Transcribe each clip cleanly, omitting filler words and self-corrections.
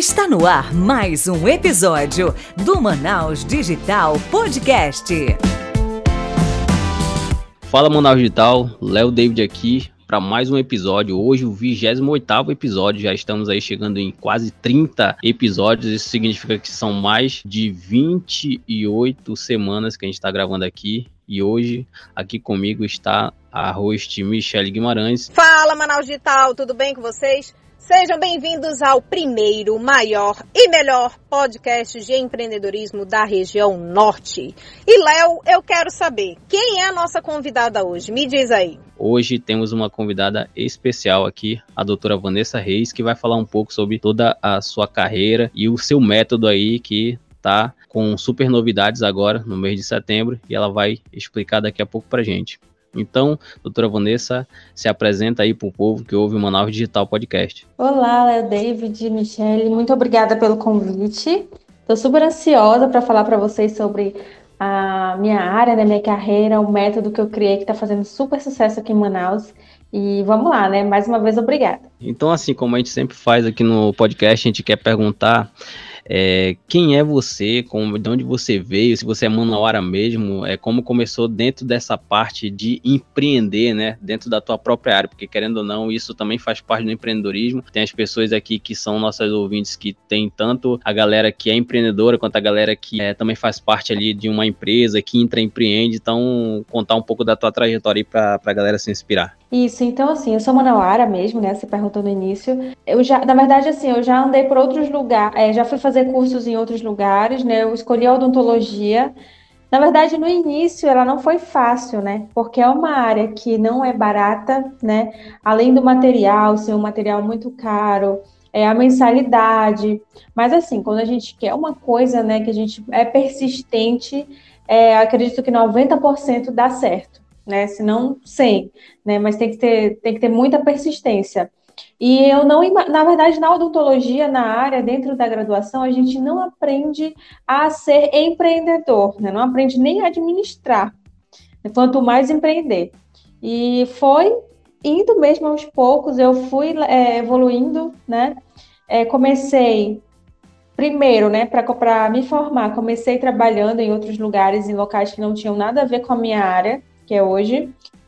Está no ar mais um episódio do Manaus Digital Podcast. Fala Manaus Digital, Léo David aqui para mais um episódio. Hoje o 28º episódio, já estamos aí chegando em quase 30 episódios. Isso significa que são mais de 28 semanas que a gente está gravando aqui. E hoje aqui comigo está a host Michele Guimarães. Fala Manaus Digital, tudo bem com vocês? Sejam bem-vindos ao primeiro, maior e melhor podcast de empreendedorismo da região norte. E Léo, eu quero saber, quem é a nossa convidada hoje? Me diz aí. Hoje temos uma convidada especial aqui, a doutora Vanessa Reis, que vai falar um pouco sobre toda a sua carreira e o seu método aí, que tá com super novidades agora no mês de setembro, e ela vai explicar daqui a pouco pra gente. Então, doutora Vanessa, se apresenta aí para o povo que ouve o Manaus Digital Podcast. Olá, Léo David, Michele, muito obrigada pelo convite. Estou super ansiosa para falar para vocês sobre a minha área, né, minha carreira, o método que eu criei que está fazendo super sucesso aqui em Manaus. E vamos lá, né? Mais uma vez, obrigada. Então, assim como a gente sempre faz aqui no podcast, a gente quer perguntar quem é você, de onde você veio, se você é manauara mesmo, como começou dentro dessa parte de empreender, né, dentro da tua própria área, porque querendo ou não, isso também faz parte do empreendedorismo. Tem as pessoas aqui que são nossas ouvintes, que tem tanto a galera que é empreendedora, quanto a galera que também faz parte ali de uma empresa, que intraempreende. Então, contar um pouco da tua trajetória aí pra galera se inspirar. Isso, então assim, eu sou manauara mesmo, né, você perguntou no início. Na verdade, assim, eu já andei por outros lugares, já fui fazer cursos em outros lugares, né, eu escolhi a odontologia. Na verdade, no início, ela não foi fácil, né, porque é uma área que não é barata, né, além do material, ser um material muito caro, a mensalidade. Mas assim, quando a gente quer uma coisa, né, que a gente é persistente, acredito que 90% dá certo. Né, se não 100, né, mas tem que ter muita persistência. E eu não, na verdade, na odontologia, na área, dentro da graduação, a gente não aprende a ser empreendedor, né, não aprende nem a administrar, quanto mais empreender. E foi indo mesmo aos poucos, eu fui evoluindo, né, comecei primeiro, né, para me formar, comecei trabalhando em outros lugares, em locais que não tinham nada a ver com a minha área, que é hoje.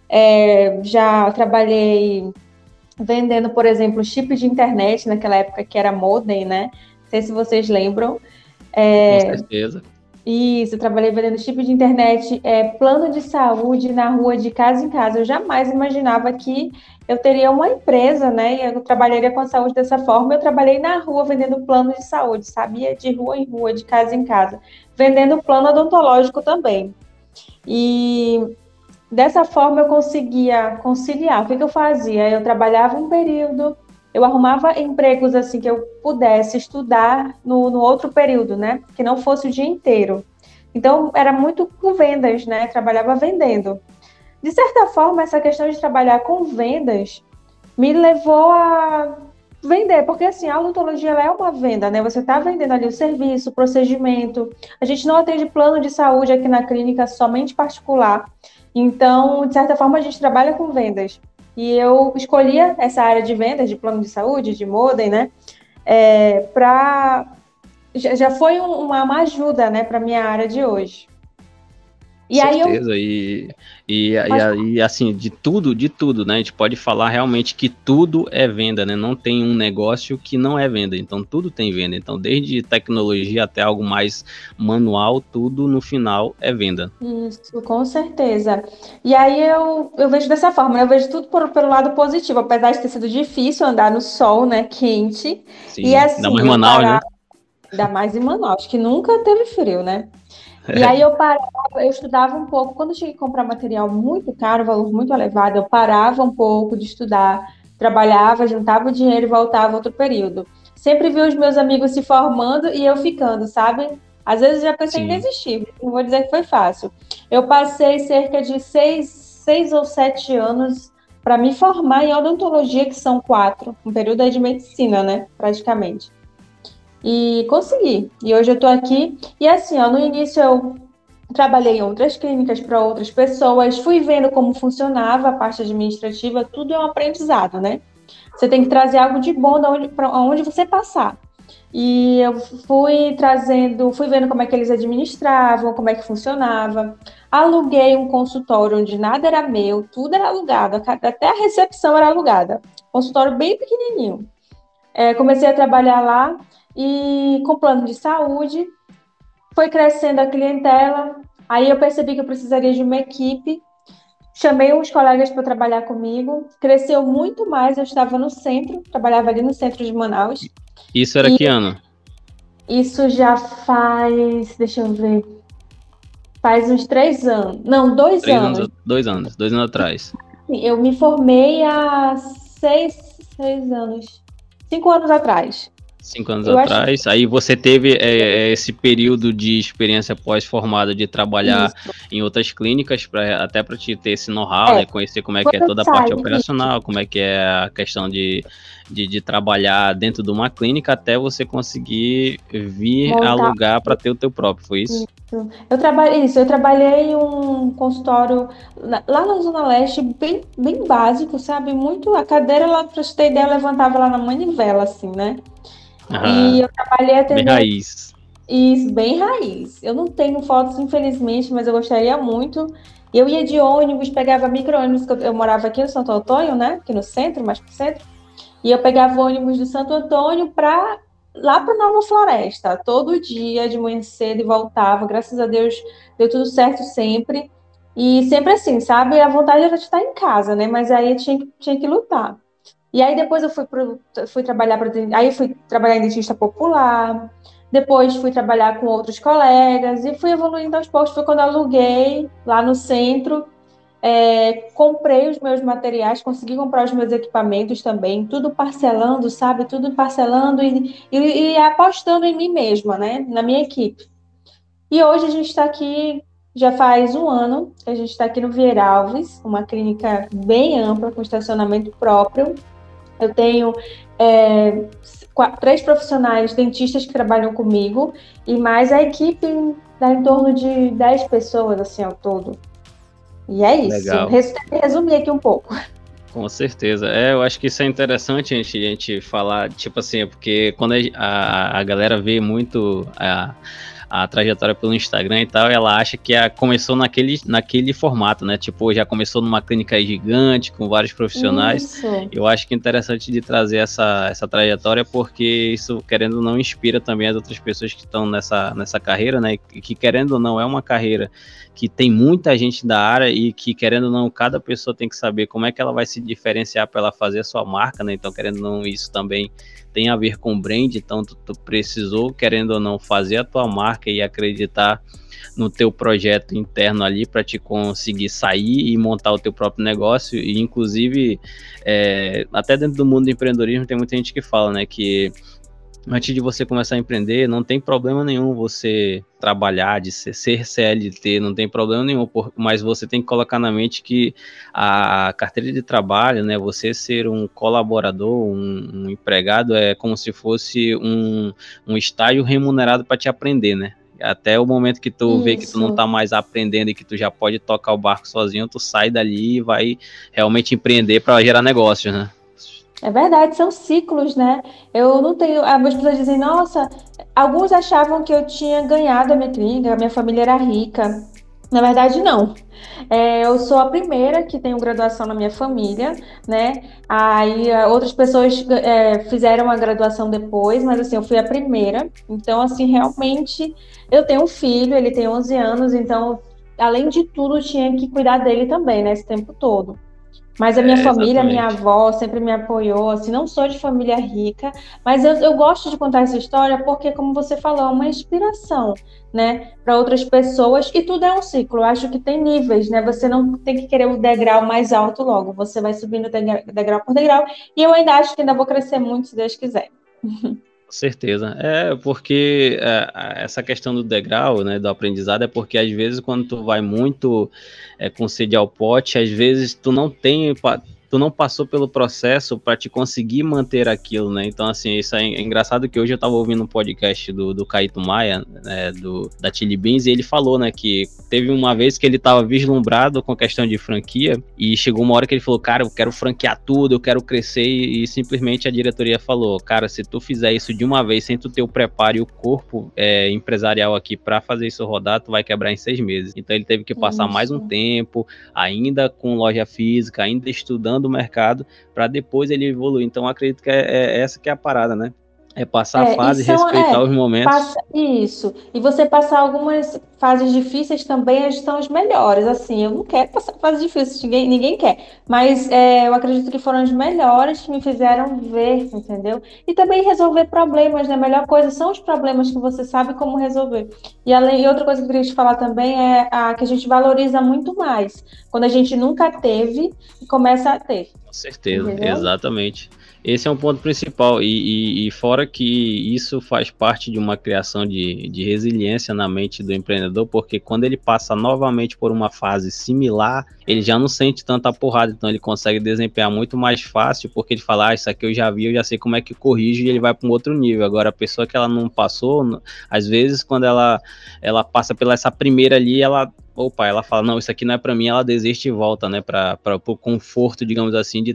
Já trabalhei vendendo, por exemplo, chip de internet, naquela época que era modem, né? Não sei se vocês lembram. Com certeza. Isso, eu trabalhei vendendo chip de internet, plano de saúde na rua, de casa em casa. Eu jamais imaginava que eu teria uma empresa, né? E eu trabalharia com a saúde dessa forma. Eu trabalhei na rua vendendo plano de saúde, sabia? De rua em rua, de casa em casa. Vendendo plano odontológico também. E dessa forma eu conseguia conciliar. O que eu fazia? Eu trabalhava um período, eu arrumava empregos assim que eu pudesse estudar no outro período, né? Que não fosse o dia inteiro. Então era muito com vendas, né? Trabalhava vendendo. De certa forma, essa questão de trabalhar com vendas me levou a vender, porque assim, a odontologia ela é uma venda, né? Você está vendendo ali o serviço, o procedimento. A gente não atende plano de saúde aqui na clínica, somente particular. Então, de certa forma, a gente trabalha com vendas. E eu escolhia essa área de vendas, de plano de saúde, de modem, né? Já foi uma ajuda, né, para a minha área de hoje. E certeza, e assim, de tudo, né? A gente pode falar realmente que tudo é venda, né? Não tem um negócio que não é venda, então tudo tem venda. Então, desde tecnologia até algo mais manual, tudo no final é venda. Isso, com certeza. E aí eu vejo dessa forma, né? Eu vejo tudo pelo lado positivo, apesar de ter sido difícil andar no sol, né? Quente. Sim, e assim, ainda mais em Manaus, né? Ainda mais em Manaus, que nunca teve frio, né? E aí eu estudava um pouco. Quando eu tinha que comprar material muito caro, valor muito elevado, eu parava um pouco de estudar, trabalhava, juntava o dinheiro e voltava outro período. Sempre vi os meus amigos se formando e eu ficando, sabe? Às vezes eu já pensei em desistir, não vou dizer que foi fácil. Eu passei cerca de 6 ou 7 anos para me formar em odontologia, que são 4, um período aí de medicina, né? Praticamente. E consegui. E hoje eu tô aqui. E assim, no início eu trabalhei em outras clínicas para outras pessoas, fui vendo como funcionava a parte administrativa, tudo é um aprendizado, né? Você tem que trazer algo de bom para onde você passar. E eu fui vendo como é que eles administravam, como é que funcionava. Aluguei um consultório onde nada era meu, tudo era alugado, até a recepção era alugada. Consultório bem pequenininho. Comecei a trabalhar lá e com plano de saúde, foi crescendo a clientela. Aí eu percebi que eu precisaria de uma equipe. Chamei uns colegas para trabalhar comigo. Cresceu muito mais. Eu estava no centro, trabalhava ali no centro de Manaus. Isso era que ano? Isso já faz, deixa eu ver, faz uns 3 anos. Não, 2 anos. 2 anos atrás. Eu me formei há 6 anos. 5 anos atrás. 5 anos atrás. Aí você teve esse período de experiência pós-formada de trabalhar em outras clínicas, até para te ter esse know-how, né? Conhecer como é que é toda a parte operacional, como é que é a questão de trabalhar dentro de uma clínica, até você conseguir vir alugar para ter o teu próprio, foi isso? Eu trabalhei em um consultório lá na Zona Leste, bem básico, sabe? A cadeira lá, pra te ter ideia, eu levantava lá na manivela, assim, né? E eu trabalhei atendendo... Bem raiz. Isso, bem raiz. Eu não tenho fotos, infelizmente, mas eu gostaria muito. Eu ia de ônibus, pegava micro-ônibus, que eu morava aqui no Santo Antônio, né? Aqui no centro, mais pro centro. E eu pegava o ônibus do Santo Antônio lá para Nova Floresta, todo dia, de manhã cedo, e voltava. Graças a Deus, deu tudo certo sempre. E sempre assim, sabe? A vontade era de estar em casa, né? Mas aí eu tinha que lutar. E aí depois eu fui trabalhar em dentista popular, depois fui trabalhar com outros colegas e fui evoluindo aos poucos. Foi quando eu aluguei lá no centro, comprei os meus materiais, consegui comprar os meus equipamentos também, tudo parcelando, sabe? Tudo parcelando e apostando em mim mesma, né? Na minha equipe. E hoje a gente está aqui, já faz 1 ano, a gente está aqui no Vieira Alves, uma clínica bem ampla, com estacionamento próprio. Eu tenho 3 profissionais dentistas que trabalham comigo e mais a equipe dá em torno de 10 pessoas, assim, ao todo. E é isso. Legal. Resumir aqui um pouco. Com certeza. Eu acho que isso é interessante a gente falar, tipo assim, porque quando a galera vê muito a trajetória pelo Instagram e tal, ela acha que começou naquele formato, né? Tipo, já começou numa clínica gigante, com vários profissionais. Isso. Eu acho que é interessante de trazer essa trajetória, porque isso, querendo ou não, inspira também as outras pessoas que estão nessa carreira, né? Que, querendo ou não, é uma carreira que tem muita gente da área e que, querendo ou não, cada pessoa tem que saber como é que ela vai se diferenciar para ela fazer a sua marca, né? Então, querendo ou não, isso também tem a ver com brand. Então tu precisou, querendo ou não, fazer a tua marca e acreditar no teu projeto interno ali para te conseguir sair e montar o teu próprio negócio. E inclusive até dentro do mundo do empreendedorismo tem muita gente que fala, né, que antes de você começar a empreender, não tem problema nenhum você trabalhar, de ser CLT, não tem problema nenhum, mas você tem que colocar na mente que a carteira de trabalho, né, você ser um colaborador, um empregado, é como se fosse um estágio remunerado para te aprender, né? Até o momento que tu vê que tu não tá mais aprendendo e que tu já pode tocar o barco sozinho, tu sai dali e vai realmente empreender para gerar negócios, né? É verdade, são ciclos, né? Eu não tenho. Algumas pessoas dizem, nossa, alguns achavam que eu tinha ganhado a minha clínica, a minha família era rica. Na verdade, não. Eu sou a primeira que tenho graduação na minha família, né? Aí outras pessoas fizeram a graduação depois, mas assim, eu fui a primeira. Então, assim, realmente, eu tenho um filho, ele tem 11 anos, então, além de tudo, eu tinha que cuidar dele também, né? Esse tempo todo. Mas a minha família, exatamente. minha avó sempre me apoiou, assim, não sou de família rica, mas eu gosto de contar essa história porque, como você falou, é uma inspiração, né, para outras pessoas, e tudo é um ciclo. Eu acho que tem níveis, né, você não tem que querer o degrau mais alto logo, você vai subindo degrau por degrau, e eu ainda acho que ainda vou crescer muito, se Deus quiser. Com certeza. Porque essa questão do degrau, né, do aprendizado, é porque às vezes quando tu vai muito com sede ao pote, às vezes tu não tem, tu não passou pelo processo para te conseguir manter aquilo, né? Então, assim, isso é engraçado que hoje eu tava ouvindo um podcast do Caíto Maia, né, da Chili Beans, e ele falou, né, que teve uma vez que ele tava vislumbrado com a questão de franquia, e chegou uma hora que ele falou, cara, eu quero franquear tudo, eu quero crescer, e simplesmente a diretoria falou, cara, se tu fizer isso de uma vez, sem tu ter o preparo e o corpo empresarial aqui para fazer isso rodar, tu vai quebrar em 6 meses. Então ele teve que passar mais um tempo, ainda com loja física, ainda estudando o mercado, para depois ele evoluir. Então acredito que é essa que é a parada, né? É passar a fase, respeitar os momentos. Isso. E você passar algumas fases difíceis também são as melhores. Assim, eu não quero passar fases difíceis, ninguém quer. Mas eu acredito que foram as melhores que me fizeram ver, entendeu? E também resolver problemas, né? A melhor coisa são os problemas que você sabe como resolver. E outra coisa que eu queria te falar também é que a gente valoriza muito mais quando a gente nunca teve e começa a ter. Com certeza, entendeu? Exatamente. Esse é um ponto principal, e fora que isso faz parte de uma criação de resiliência na mente do empreendedor, porque quando ele passa novamente por uma fase similar, ele já não sente tanta porrada, então ele consegue desempenhar muito mais fácil, porque ele fala, isso aqui eu já vi, eu já sei como é que corrige, e ele vai para um outro nível. Agora, a pessoa que ela não passou, às vezes, quando ela passa pela essa primeira ali, ela fala, não, isso aqui não é para mim, ela desiste e volta, né, para o conforto, digamos assim,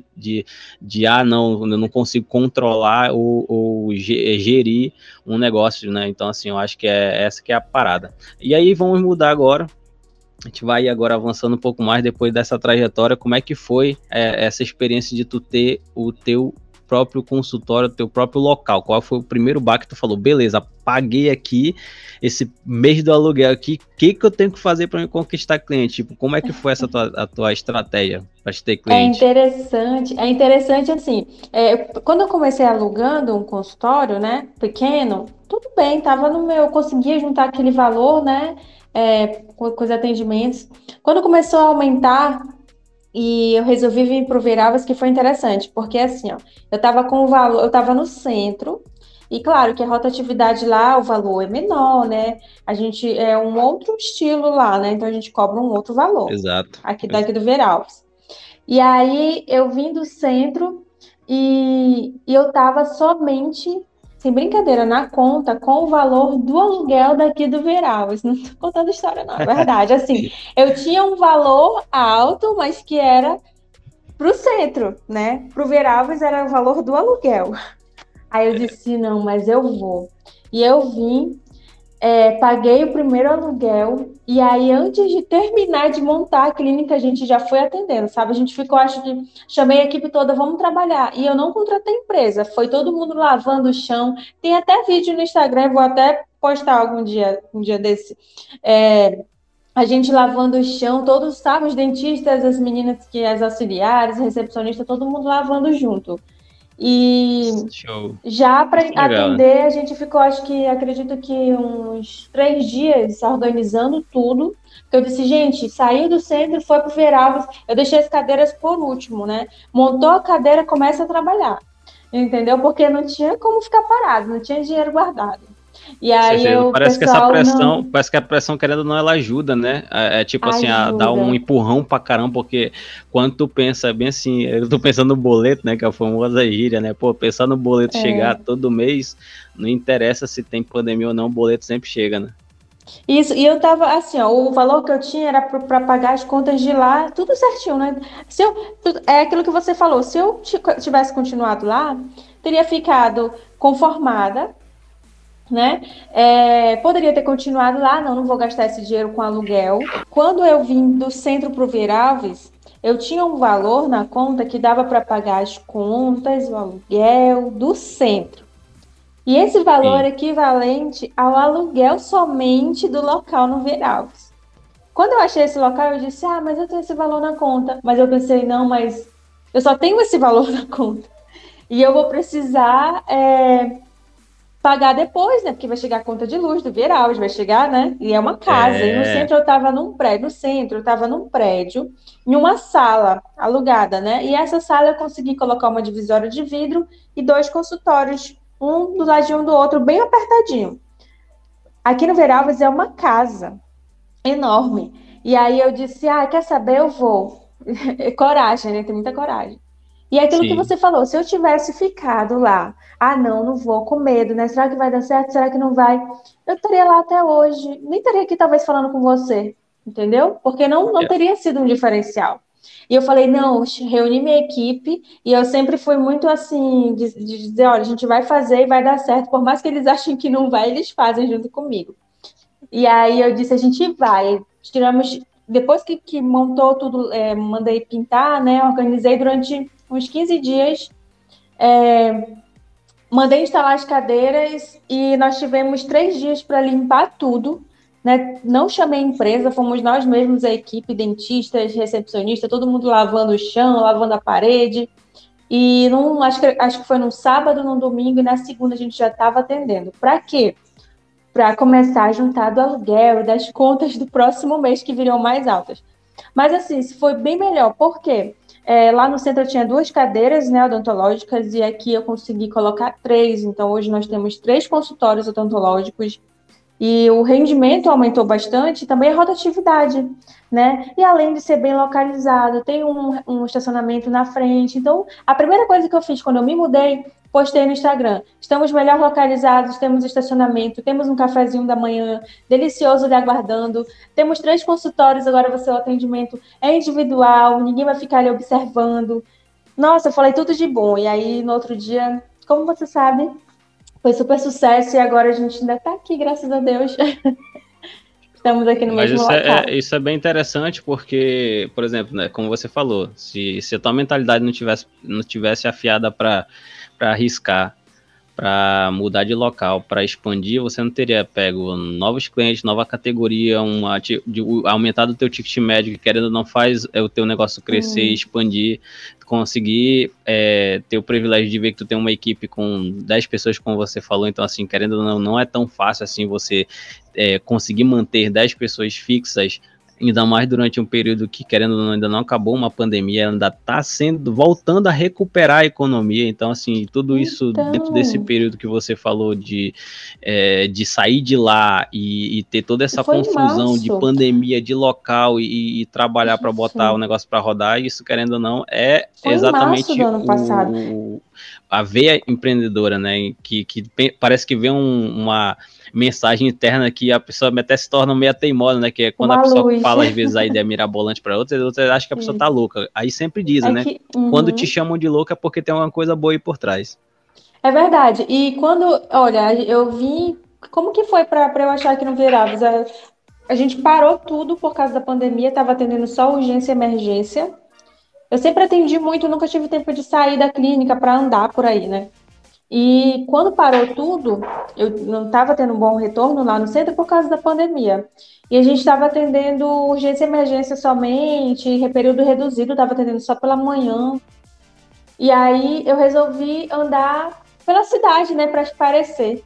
não, eu não consigo controlar ou gerir um negócio, né, então assim, eu acho que essa que é a parada. E aí vamos mudar agora, a gente vai agora avançando um pouco mais depois dessa trajetória, como é que foi essa experiência de tu ter o teu próprio consultório, teu próprio local? Qual foi o primeiro bar que tu falou, beleza, paguei aqui esse mês do aluguel aqui, o que eu tenho que fazer para me conquistar cliente? Tipo, como é que foi a tua estratégia para ter cliente? É interessante assim, quando eu comecei alugando um consultório, né, pequeno, tudo bem, tava eu conseguia juntar aquele valor, né, com os atendimentos. Quando começou a aumentar, e eu resolvi vir para o Veravas, que foi interessante, porque assim, ó, eu tava com o valor, eu tava no centro, e claro que a rotatividade lá, o valor é menor, né? A gente é um outro estilo lá, né? Então a gente cobra um outro valor. Exato. Daqui do Veravas. E aí eu vim do centro e eu tava somente, sem brincadeira, na conta com o valor do aluguel daqui do Veravas. Não tô contando história, não, é verdade. Assim, eu tinha um valor alto, mas que era pro centro, né? Pro Veravas era o valor do aluguel. Aí eu disse, não, mas eu vou. E eu vim, paguei o primeiro aluguel, e aí antes de terminar de montar a clínica, a gente já foi atendendo, sabe? A gente ficou, acho que, chamei a equipe toda, vamos trabalhar. E eu não contratei empresa, foi todo mundo lavando o chão. Tem até vídeo no Instagram, vou até postar um dia desse. A gente lavando o chão, todos, sabe? Os dentistas, as meninas, as auxiliares, recepcionistas, todo mundo lavando junto. E Show. Já para atender, a gente ficou, acredito que uns 3 dias organizando tudo. Eu disse, gente, saiu do centro, foi pro Veravas, eu deixei as cadeiras por último, né? Montou a cadeira, começa a trabalhar. Entendeu? Porque não tinha como ficar parado, não tinha dinheiro guardado. E aí parece que a pressão, querendo ou não, ela ajuda, né? Tipo assim, a dar um empurrão pra caramba, porque quando tu pensa bem assim, eu tô pensando no boleto, né? Que é a famosa gíria, né? Pô, pensar no boleto chegar todo mês, não interessa se tem pandemia ou não, o boleto sempre chega, né? Isso, e eu tava assim, ó, o valor que eu tinha era para pagar as contas de lá, tudo certinho, né? É aquilo que você falou, se eu tivesse continuado lá, teria ficado conformada, né? Poderia ter continuado lá, não vou gastar esse dinheiro com aluguel. Quando eu vim do centro para o Veravas, eu tinha um valor na conta que dava para pagar as contas, o aluguel do centro. E esse valor é equivalente ao aluguel somente do local no Veravas. Quando eu achei esse local, eu disse, mas eu tenho esse valor na conta. Mas eu pensei, não, mas eu só tenho esse valor na conta. E eu vou precisar pagar depois, né? Porque vai chegar a conta de luz do Veravas, vai chegar, né? E é uma casa. E no centro eu estava num prédio, em uma sala alugada, né? E essa sala eu consegui colocar uma divisória de vidro e 2 consultórios, um do ladinho do outro, bem apertadinho. Aqui no Veravas é uma casa enorme. E aí eu disse, quer saber? Eu vou. Coragem, né? Tem muita coragem. E é aquilo que sim. você falou, se eu tivesse ficado lá, não vou, com medo, né? Será que vai dar certo? Será que não vai? Eu estaria lá até hoje, nem estaria aqui talvez falando com você, entendeu? Porque não É, teria sido um diferencial. E eu falei, não, reuni minha equipe, e eu sempre fui muito assim, de dizer, olha, a gente vai fazer e vai dar certo, por mais que eles achem que não vai, eles fazem junto comigo. E aí eu disse, a gente vai. Tiramos, depois que montou tudo, mandei pintar, né? Organizei durante uns 15 dias, mandei instalar as cadeiras e nós tivemos 3 dias para limpar tudo, né? Não chamei empresa, fomos nós mesmos, a equipe, dentistas, recepcionista, todo mundo lavando o chão, lavando a parede. E acho que foi num sábado, num domingo, e na segunda a gente já estava atendendo. Para quê? Para começar a juntar do aluguel e das contas do próximo mês que viriam mais altas. Mas assim, foi bem melhor, porque lá no centro eu tinha 2 cadeiras, né, odontológicas, e aqui eu consegui colocar 3. Então hoje nós temos 3 consultórios odontológicos e o rendimento aumentou bastante, também a rotatividade, né? E além de ser bem localizado, tem um estacionamento na frente. Então, a primeira coisa que eu fiz quando eu me mudei, postei no Instagram. Estamos melhor localizados, temos estacionamento, temos um cafezinho da manhã, delicioso lhe aguardando. Temos 3 consultórios, agora o seu atendimento é individual, ninguém vai ficar ali observando. Nossa, eu falei tudo de bom. E aí, no outro dia, como você sabe, foi super sucesso e agora a gente ainda está aqui, graças a Deus. Estamos aqui no Mas mesmo local. isso é bem interessante porque, por exemplo, né, como você falou, se a tua mentalidade não tivesse afiada para arriscar, para mudar de local, para expandir, você não teria pego novos clientes, nova categoria, aumentado o teu ticket médio, que querendo ou não faz o teu negócio crescer e expandir, conseguir ter o privilégio de ver que tu tem uma equipe com 10 pessoas, como você falou, então assim, querendo ou não é tão fácil assim você conseguir manter 10 pessoas fixas, ainda mais durante um período que, querendo ou não, ainda não acabou uma pandemia, ainda está voltando a recuperar a economia. Então, assim, tudo isso dentro desse Então, período que você falou de sair de lá e ter toda essa foi em confusão de março. pandemia, de local e trabalhar para botar o Isso. negócio para rodar, isso, querendo ou não, é Foi em março do exatamente ano passado. a veia empreendedora, né? Que parece que vem uma mensagem interna que a pessoa até se torna meio teimosa, né? Que é quando a Uma pessoa luz. fala, às vezes, a ideia mirabolante para outras acham que a pessoa tá Isso. louca. Aí sempre dizem, É né? que, Quando te chamam de louca é porque tem uma coisa boa aí por trás. é verdade. E quando, olha, eu vi, como que foi para eu achar que não virava? A gente parou tudo por causa da pandemia, estava atendendo só urgência e emergência. Eu sempre atendi muito, nunca tive tempo de sair da clínica para andar por aí, né? E quando parou tudo, eu não estava tendo um bom retorno lá no centro por causa da pandemia. E a gente estava atendendo urgência e emergência somente, período reduzido, estava atendendo só pela manhã. E aí eu resolvi andar pela cidade, né, para espairecer.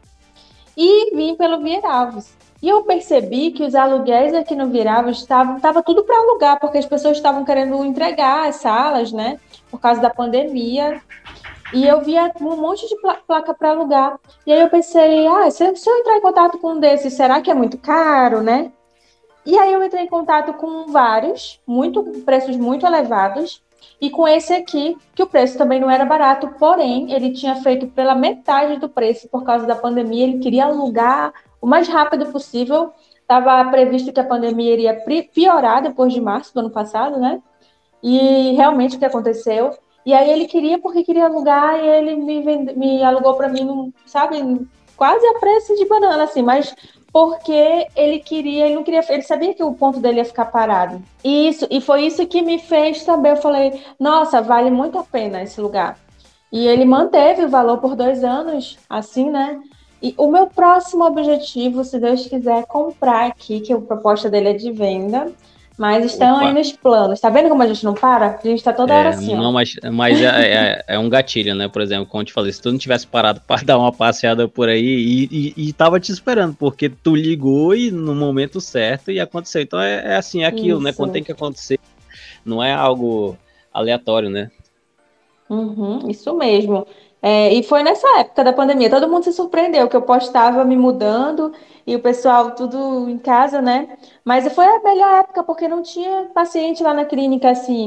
E vim pelo Vieravos. E eu percebi que os aluguéis aqui no Vieravos tava tudo para alugar, porque as pessoas estavam querendo entregar as salas, né, por causa da pandemia. E eu via um monte de placa para alugar. E aí eu pensei, se eu entrar em contato com um desses, será que é muito caro, né? E aí eu entrei em contato com vários, preços muito elevados, e com esse aqui, que o preço também não era barato, porém, ele tinha feito pela metade do preço por causa da pandemia, ele queria alugar o mais rápido possível. Estava previsto que a pandemia iria piorar depois de março do ano passado, né? E realmente o que aconteceu. E aí ele queria, porque queria alugar, e ele me alugou para mim, sabe, quase a preço de banana, assim, mas porque ele não queria, ele sabia que o ponto dele ia ficar parado. E foi isso que me fez também. Eu falei, nossa, vale muito a pena esse lugar. E ele manteve o valor por 2 anos, assim, né? E o meu próximo objetivo, se Deus quiser, é comprar aqui, que a proposta dele é de venda. Mas estão aí Opa. nos planos. Tá vendo como a gente não para? A gente tá toda hora assim, ó. Não, mas é um gatilho, né? Por exemplo, como eu te falei, se tu não tivesse parado para dar uma passeada por aí e tava te esperando, porque tu ligou e no momento certo e aconteceu. Então é assim, é aquilo, né? Quando tem Isso. que acontecer, não é algo aleatório, né? Uhum, isso mesmo. E foi nessa época da pandemia. Todo mundo se surpreendeu que eu postava me mudando e o pessoal tudo em casa, né? Mas foi a melhor época porque não tinha paciente lá na clínica assim.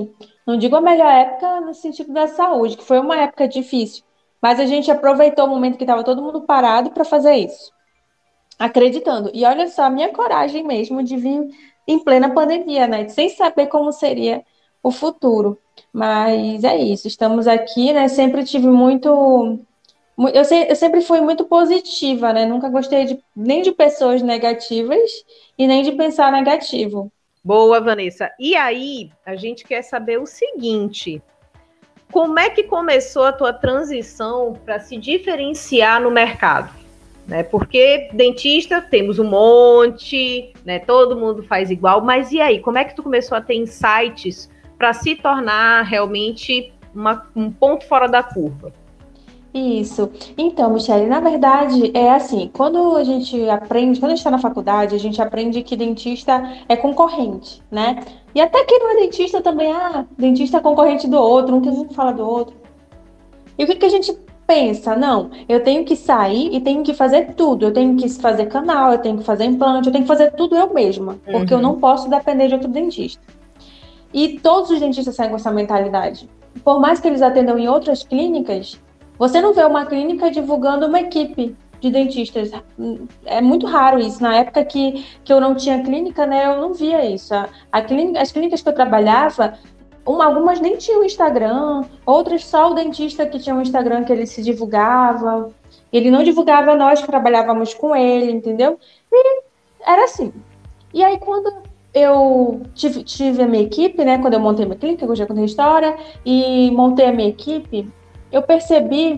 Não digo a melhor época no sentido da saúde, que foi uma época difícil, mas a gente aproveitou o momento que estava todo mundo parado para fazer isso, acreditando. E olha só a minha coragem mesmo de vir em plena pandemia, né? Sem saber como seria o futuro. Mas é isso, estamos aqui, né? Sempre tive muito. Eu sempre fui muito positiva, né? Nunca gostei nem de pessoas negativas e nem de pensar negativo. Boa, Vanessa. E aí, a gente quer saber o seguinte: como é que começou a tua transição para se diferenciar no mercado? Né? Porque dentista temos um monte, né? Todo mundo faz igual, mas e aí? Como é que tu começou a ter insights para se tornar realmente um ponto fora da curva? Isso. Então, Michele, na verdade, é assim, quando a gente aprende, quando a gente está na faculdade, a gente aprende que dentista é concorrente, né? E até quem não é dentista também, dentista é concorrente do outro, um fala do outro. E o que que a gente pensa? Não, eu tenho que sair e tenho que fazer tudo. Eu tenho que fazer canal, eu tenho que fazer implante, eu tenho que fazer tudo eu mesma, porque eu não posso depender de outro dentista. E todos os dentistas saem com essa mentalidade. Por mais que eles atendam em outras clínicas, você não vê uma clínica divulgando uma equipe de dentistas. É muito raro isso. Na época que eu não tinha clínica, né, eu não via isso. As clínicas que eu trabalhava, algumas nem tinham Instagram, outras só o dentista que tinha um Instagram que ele se divulgava. Ele não divulgava nós que trabalhávamos com ele, entendeu? E era assim. E aí, quando eu tive a minha equipe, né? Quando eu montei minha clínica, eu já contei a história, e montei a minha equipe, eu percebi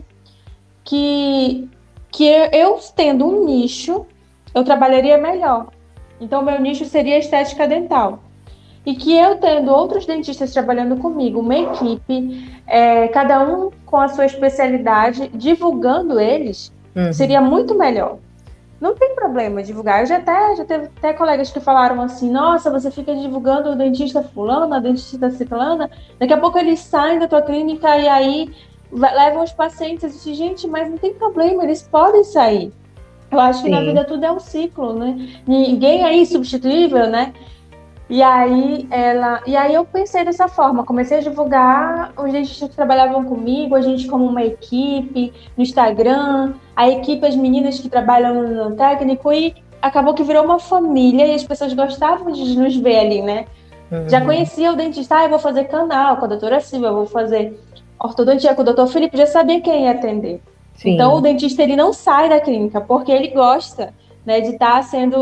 que eu tendo um nicho, eu trabalharia melhor. Então, meu nicho seria a estética dental. E que eu tendo outros dentistas trabalhando comigo, uma equipe, cada um com a sua especialidade, divulgando eles, seria muito melhor. Não tem problema divulgar. Já teve até colegas que falaram assim: nossa, você fica divulgando o dentista fulano, a dentista ciclana, daqui a pouco eles saem da tua clínica e aí levam os pacientes. Eu disse, gente, mas não tem problema, eles podem sair. Eu acho que na vida tudo é um ciclo, né? Ninguém é insubstituível, né? E aí eu pensei dessa forma, comecei a divulgar os dentistas que trabalhavam comigo, a gente como uma equipe, no Instagram, a equipe, as meninas que trabalham no técnico, e acabou que virou uma família e as pessoas gostavam de nos ver ali, né? Já conhecia o dentista, eu vou fazer canal com a doutora Silvia, eu vou fazer ortodontia com o doutor Felipe, já sabia quem ia atender. Sim. Então o dentista ele não sai da clínica, porque ele gosta, né, de estar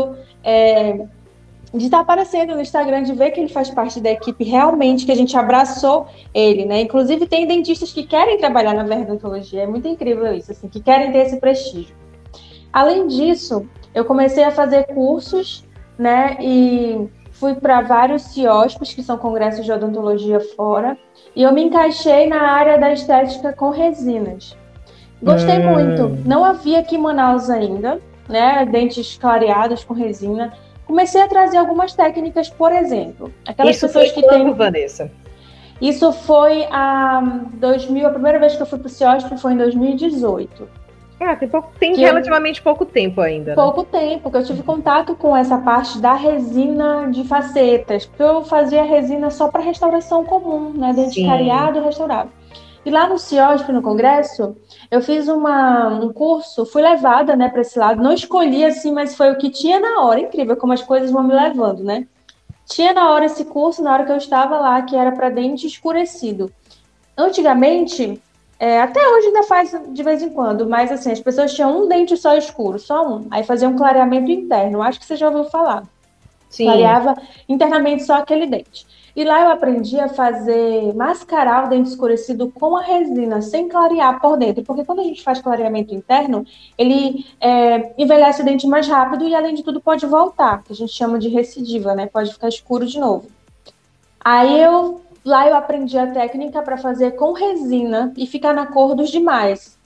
de estar aparecendo no Instagram, de ver que ele faz parte da equipe realmente, que a gente abraçou ele, né? Inclusive, tem dentistas que querem trabalhar na verdontologia, é muito incrível isso, assim, que querem ter esse prestígio. Além disso, eu comecei a fazer cursos, né? E fui para vários CIOSPs, que são congressos de odontologia fora, e eu me encaixei na área da estética com resinas. Gostei muito. Não havia aqui em Manaus ainda, né? Dentes clareados com resina. Comecei a trazer algumas técnicas, por exemplo. Aquelas Isso pessoas foi que quando, têm... Vanessa? Isso foi a primeira vez que eu fui para o CIOSP foi em 2018. Tem relativamente pouco tempo ainda. Pouco tempo, que eu tive contato com essa parte da resina de facetas, porque eu fazia resina só para restauração comum, né? Dente cariado, restaurado. E lá no CIOSP, no congresso, eu fiz um curso, fui levada, né, para esse lado. Não escolhi assim, mas foi o que tinha na hora. Incrível como as coisas vão me levando, né? Tinha na hora esse curso, na hora que eu estava lá, que era para dente escurecido. Antigamente, até hoje ainda faz de vez em quando, mas assim, as pessoas tinham um dente só escuro, só um. Aí faziam um clareamento interno, acho que você já ouviu falar. Sim. Clareava internamente só aquele dente. E lá eu aprendi a mascarar o dente escurecido com a resina, sem clarear por dentro. Porque quando a gente faz clareamento interno, ele envelhece o dente mais rápido e, além de tudo, pode voltar, que a gente chama de recidiva, né? Pode ficar escuro de novo. Aí lá eu aprendi a técnica para fazer com resina e ficar na cor dos demais.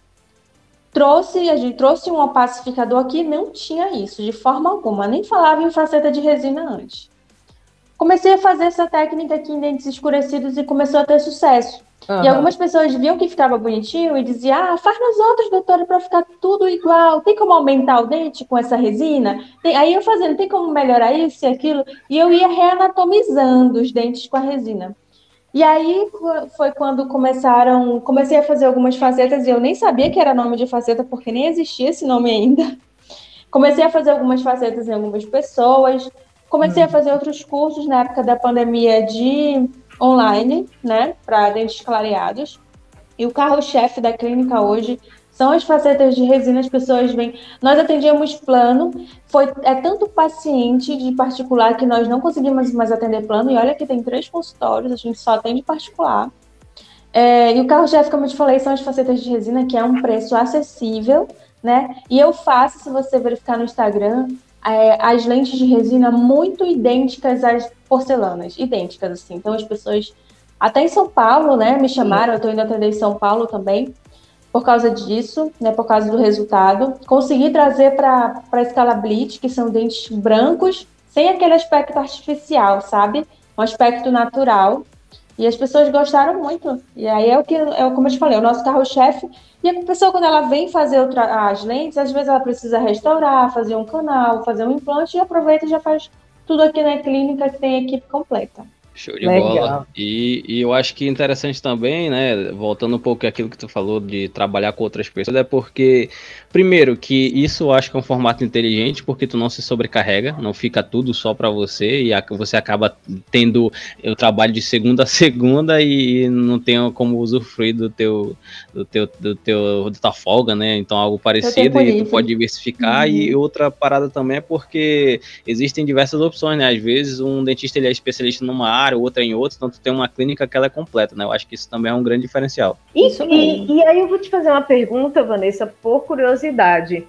A gente trouxe um opacificador que não tinha isso, de forma alguma. Nem falava em faceta de resina antes. Comecei a fazer essa técnica aqui em dentes escurecidos e começou a ter sucesso. E algumas pessoas viam que ficava bonitinho e diziam, faz nos outros, doutora, para ficar tudo igual. Tem como aumentar o dente com essa resina? Aí eu fazendo, tem como melhorar isso e aquilo? E eu ia reanatomizando os dentes com a resina. E aí foi quando comecei a fazer algumas facetas e eu nem sabia que era nome de faceta porque nem existia esse nome ainda. Comecei a fazer algumas facetas em algumas pessoas, comecei a fazer outros cursos na época da pandemia de online, né, para dentes clareados. E o carro-chefe da clínica hoje são as facetas de resina. As pessoas vêm. Nós atendíamos plano, é tanto paciente de particular que nós não conseguimos mais atender plano. E olha que tem 3 consultórios, a gente só atende particular. E o carro-chefe, como eu te falei, são as facetas de resina, que é um preço acessível, né? E eu faço, se você verificar no Instagram, as lentes de resina muito idênticas às porcelanas, idênticas, assim. Então, as pessoas, até em São Paulo, né, me chamaram, eu estou indo atender em São Paulo também, por causa disso, né, por causa do resultado. Consegui trazer para a escala Blitz, que são dentes brancos, sem aquele aspecto artificial, sabe? Um aspecto natural. E as pessoas gostaram muito. E aí como eu te falei, o nosso carro-chefe. E a pessoa, quando ela vem fazer as lentes, às vezes ela precisa restaurar, fazer um canal, fazer um implante, e aproveita e já faz tudo aqui na clínica, que tem a equipe completa. Show de bola. E eu acho que interessante também, né, voltando um pouco àquilo que tu falou de trabalhar com outras pessoas, é porque, primeiro, que isso eu acho que é um formato inteligente, porque tu não se sobrecarrega, não fica tudo só para você, e você acaba tendo o trabalho de segunda a segunda e não tem como usufruir da tua folga, né, então algo parecido, e tu pode diversificar. E outra parada também é porque existem diversas opções, né, às vezes um dentista ele é especialista numa área, outra em outra, então tu tem uma clínica que ela é completa, né? Eu acho que isso também é um grande diferencial. E aí eu vou te fazer uma pergunta, Vanessa, por curiosidade.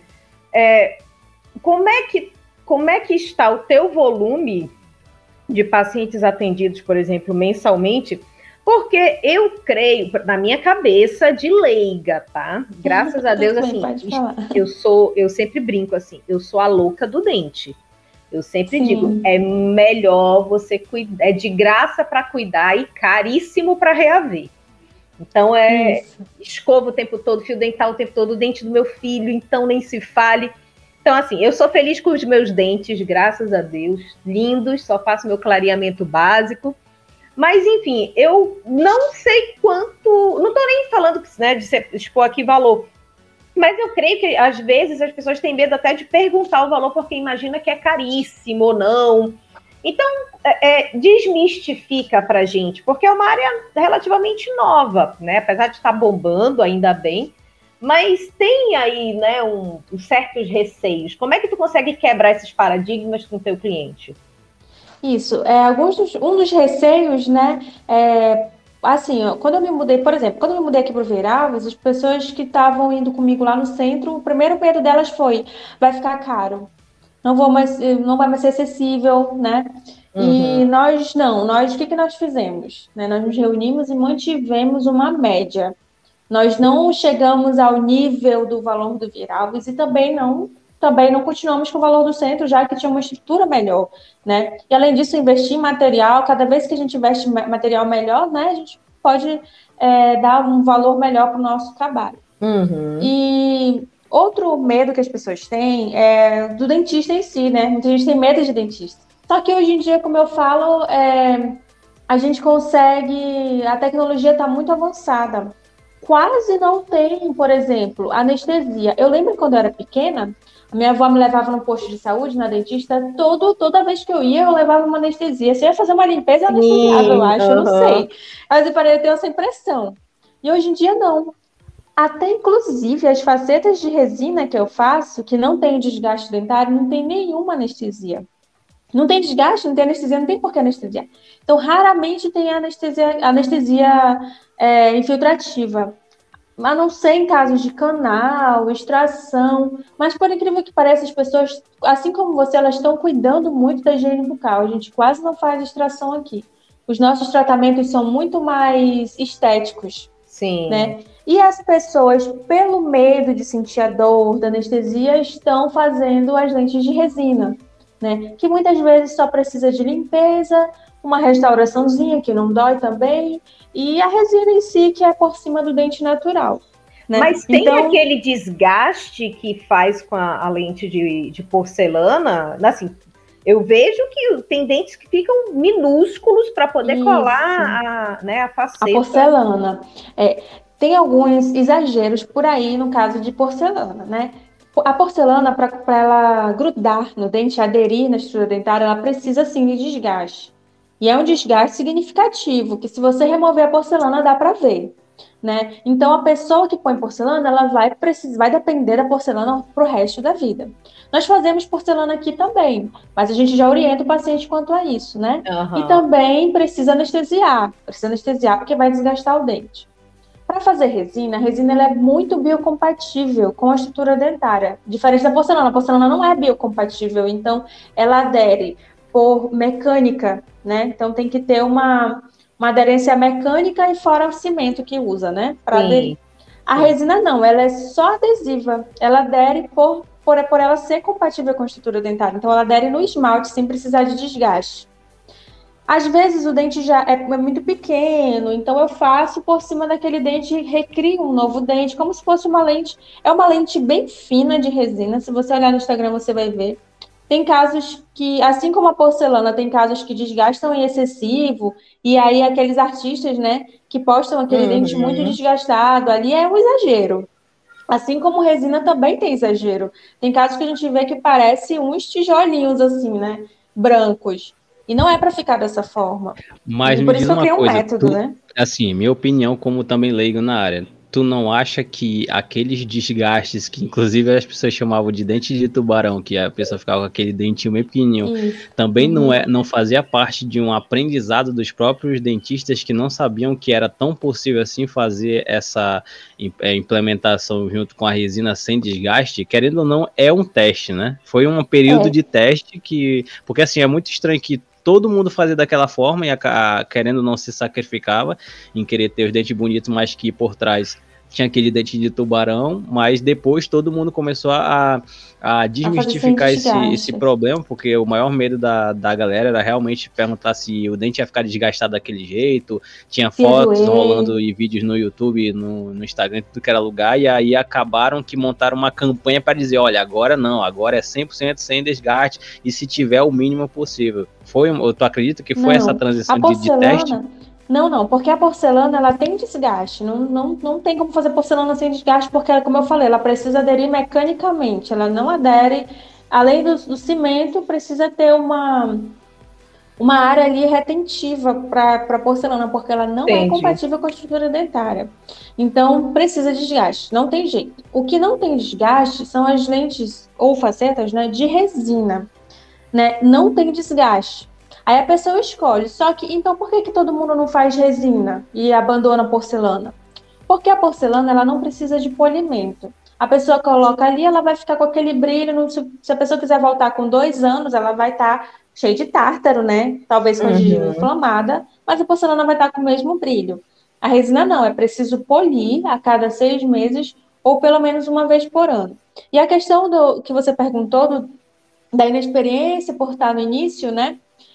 Como é que está o teu volume de pacientes atendidos, por exemplo, mensalmente? Porque eu creio, na minha cabeça de leiga, tá? Graças a Deus, assim, eu sempre brinco assim, eu sou a louca do dente. Eu sempre digo, é melhor você cuidar, é de graça para cuidar e caríssimo para reaver. Então, escova o tempo todo, fio dental o tempo todo, o dente do meu filho, então nem se fale. Então, assim, eu sou feliz com os meus dentes, graças a Deus, lindos, só faço meu clareamento básico. Mas, enfim, eu não sei quanto, não estou nem falando, né, de expor aqui valor, mas eu creio que, às vezes, as pessoas têm medo até de perguntar o valor, porque imagina que é caríssimo ou não. Então, desmistifica pra gente, porque é uma área relativamente nova, né? Apesar de estar bombando, ainda bem, mas tem aí, né, certos receios. Como é que tu consegue quebrar esses paradigmas com o teu cliente? Isso, um dos receios, né, assim, quando eu me mudei, por exemplo, quando eu me mudei aqui para o Veralves, as pessoas que estavam indo comigo lá no centro, o primeiro medo delas foi, vai ficar caro, não vai mais ser acessível, né? E nós, o que nós fizemos? Né? Nós nos reunimos e mantivemos uma média. Nós não chegamos ao nível do valor do Veralves e também não continuamos com o valor do centro, já que tinha uma estrutura melhor, né? E além disso, investir em material, cada vez que a gente investe em material melhor, né, a gente pode dar um valor melhor para o nosso trabalho. E outro medo que as pessoas têm é do dentista em si, né? Muita gente tem medo de dentista. Só que hoje em dia, como eu falo, a gente consegue, a tecnologia está muito avançada. Quase não tem, por exemplo, anestesia. Eu lembro quando eu era pequena, a minha avó me levava no posto de saúde, na dentista, toda vez que eu levava uma anestesia. Se eu ia fazer uma limpeza, eu anestesiava, eu acho, eu não sei. Mas eu tenho essa impressão. E hoje em dia, não. Até, inclusive, as facetas de resina que eu faço, que não tem desgaste dentário, não tem nenhuma anestesia. Não tem desgaste, não tem anestesia, não tem por que anestesiar. Então, raramente tem anestesia infiltrativa. A não ser em casos de canal, extração. Mas, por incrível que pareça, as pessoas, assim como você, elas estão cuidando muito da higiene bucal. A gente quase não faz extração aqui. Os nossos tratamentos são muito mais estéticos. Sim. Né? E as pessoas, pelo medo de sentir a dor da anestesia, estão fazendo as lentes de resina, né? Que muitas vezes só precisa de limpeza, uma restauraçãozinha que não dói também, e a resina em si, que é por cima do dente natural. Né? Mas tem aquele desgaste que faz com a lente de porcelana, assim, Eu vejo que tem dentes que ficam minúsculos para poder Isso. colar a faceta. A porcelana. Tem alguns exageros por aí no caso de porcelana, né? A porcelana, para ela grudar no dente, aderir na estrutura dentária, ela precisa sim de desgaste. E é um desgaste significativo, que se você remover a porcelana, dá para ver, né? Então, a pessoa que põe porcelana, ela vai depender da porcelana para o resto da vida. Nós fazemos porcelana aqui também, mas a gente já orienta o paciente quanto a isso, né? Uhum. E também precisa anestesiar porque vai desgastar o dente. Para fazer resina, a resina ela é muito biocompatível com a estrutura dentária, diferente da porcelana. A porcelana não é biocompatível, então ela adere por mecânica, né? Então tem que ter uma aderência mecânica e fora o cimento que usa, né? Para aderir. A resina não, ela é só adesiva, ela adere por ela ser compatível com a estrutura dentária. Então ela adere no esmalte sem precisar de desgaste. Às vezes o dente já é muito pequeno, então eu faço por cima daquele dente e recrio um novo dente, como se fosse uma lente. É uma lente bem fina de resina, se você olhar no Instagram você vai ver. Tem casos que, assim como a porcelana, tem casos que desgastam em excessivo, e aí aqueles artistas, né, que postam aquele dente muito desgastado, ali é um exagero. Assim como resina também tem exagero. Tem casos que a gente vê que parece uns tijolinhos assim, né, brancos. E não é para ficar dessa forma. Mas e me por diz isso que eu uma criei um coisa, método, né? Assim, minha opinião como também leigo na área, tu não acha que aqueles desgastes que inclusive as pessoas chamavam de dente de tubarão, que a pessoa ficava com aquele dentinho bem pequenininho, também não fazia parte de um aprendizado dos próprios dentistas que não sabiam que era tão possível assim fazer essa implementação junto com a resina sem desgaste? Querendo ou não, é um teste, né? Foi um período de teste que... Porque assim, é muito estranho que todo mundo fazia daquela forma e querendo não se sacrificava em querer ter os dentes bonitos, mas que por trás tinha aquele dente de tubarão, mas depois todo mundo começou a desmistificar esse problema, porque o maior medo da galera era realmente perguntar se o dente ia ficar desgastado daquele jeito. Tinha fotos rolando e vídeos no YouTube, no Instagram, tudo que era lugar, e aí acabaram que montaram uma campanha para dizer, olha, agora não, agora é 100% sem desgaste, e se tiver o mínimo possível. Tu acredita que foi essa transição de teste? Não, porque a porcelana, ela tem desgaste, não tem como fazer porcelana sem desgaste, porque, como eu falei, ela precisa aderir mecanicamente, ela não adere, além do cimento, precisa ter uma área ali retentiva para porcelana, porque ela não é compatível com a estrutura dentária. Então, precisa de desgaste, não tem jeito. O que não tem desgaste são as lentes ou facetas, né, de resina, né, não tem desgaste. Aí a pessoa escolhe, só que, então por que todo mundo não faz resina e abandona a porcelana? Porque a porcelana, ela não precisa de polimento. A pessoa coloca ali, ela vai ficar com aquele brilho, se a pessoa quiser voltar com 2 anos, ela vai estar cheia de tártaro, né? Talvez com a gengiva inflamada, mas a porcelana vai estar com o mesmo brilho. A resina não, é preciso polir a cada 6 meses ou pelo menos uma vez por ano. E a questão que você perguntou da inexperiência por estar no início, né?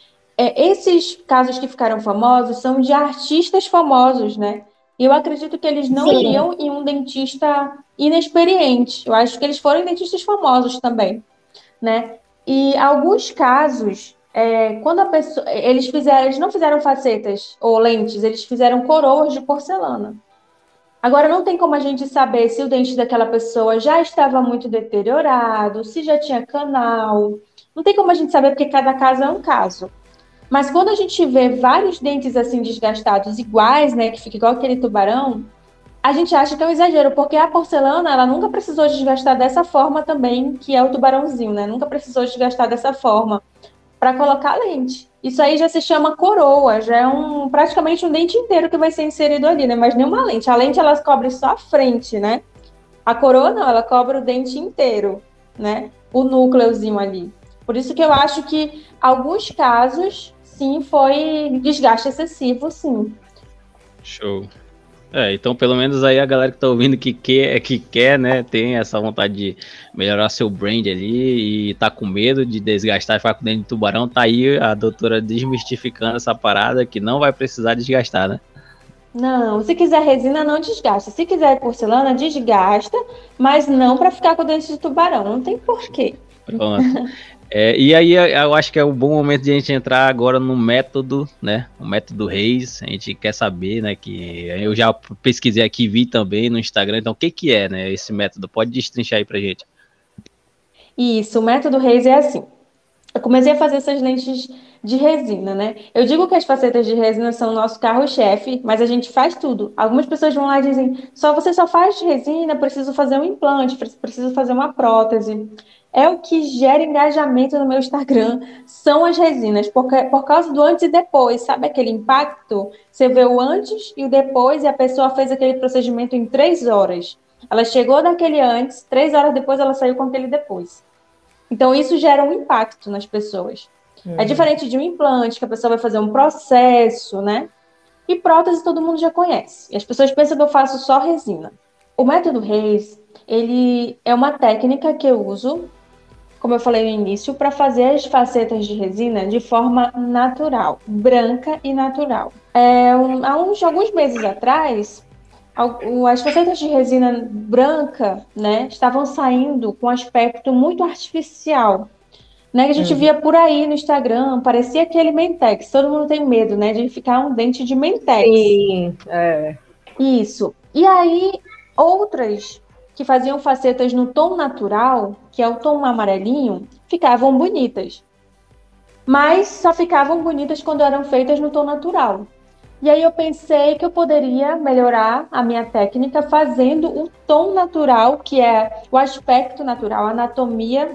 Esses casos que ficaram famosos são de artistas famosos, né? E eu acredito que eles não iriam em um dentista inexperiente. Eu acho que eles foram em dentistas famosos também, né? E alguns casos, quando a pessoa... Eles não fizeram facetas ou lentes, eles fizeram coroas de porcelana. Agora, não tem como a gente saber se o dente daquela pessoa já estava muito deteriorado, se já tinha canal. Não tem como a gente saber, porque cada caso é um caso. Mas quando a gente vê vários dentes assim desgastados iguais, né, que fica igual aquele tubarão, a gente acha que é um exagero, porque a porcelana, ela nunca precisou desgastar dessa forma também, que é o tubarãozinho, né? Nunca precisou desgastar dessa forma para colocar lente. Isso aí já se chama coroa, já é praticamente um dente inteiro que vai ser inserido ali, né? Mas nem uma lente. A lente, ela cobre só a frente, né? A coroa não, ela cobre o dente inteiro, né? O núcleozinho ali. Por isso que eu acho que alguns casos, sim, foi desgaste excessivo, sim. Show. Então pelo menos aí a galera que tá ouvindo que quer, né, tem essa vontade de melhorar seu brand ali e tá com medo de desgastar e ficar com dente de tubarão, tá aí a doutora desmistificando essa parada que não vai precisar desgastar, né? Não, se quiser resina, não desgasta. Se quiser porcelana, desgasta, mas não para ficar com dente de tubarão, não tem porquê. Pronto. E aí eu acho que é um bom momento de a gente entrar agora no método, né? O método Reis. A gente quer saber, né? Que eu já pesquisei aqui, vi também no Instagram. Então, o que é, né? Esse método? Pode destrinchar aí pra gente. Isso, o método Reis é assim. Eu comecei a fazer essas lentes de resina, né? Eu digo que as facetas de resina são o nosso carro-chefe, mas a gente faz tudo. Algumas pessoas vão lá e dizem, você só faz de resina, preciso fazer um implante, preciso fazer uma prótese. É o que gera engajamento no meu Instagram, são as resinas, por causa do antes e depois, sabe aquele impacto? Você vê o antes e o depois e a pessoa fez aquele procedimento em 3 horas. Ela chegou daquele antes, 3 horas depois ela saiu com aquele depois. Então, isso gera um impacto nas pessoas. É diferente de um implante, que a pessoa vai fazer um processo, né? E prótese todo mundo já conhece. E as pessoas pensam que eu faço só resina. O método Reis, ele é uma técnica que eu uso, como eu falei no início, para fazer as facetas de resina de forma natural, branca e natural. Há alguns meses atrás, as facetas de resina branca, né, estavam saindo com um aspecto muito artificial, né, que a gente via por aí no Instagram, parecia aquele Mentex. Todo mundo tem medo, né, de ficar um dente de Mentex. Sim, Isso. E aí, outras que faziam facetas no tom natural, que é o tom amarelinho, ficavam bonitas. Mas só ficavam bonitas quando eram feitas no tom natural. E aí eu pensei que eu poderia melhorar a minha técnica fazendo o tom natural, que é o aspecto natural, a anatomia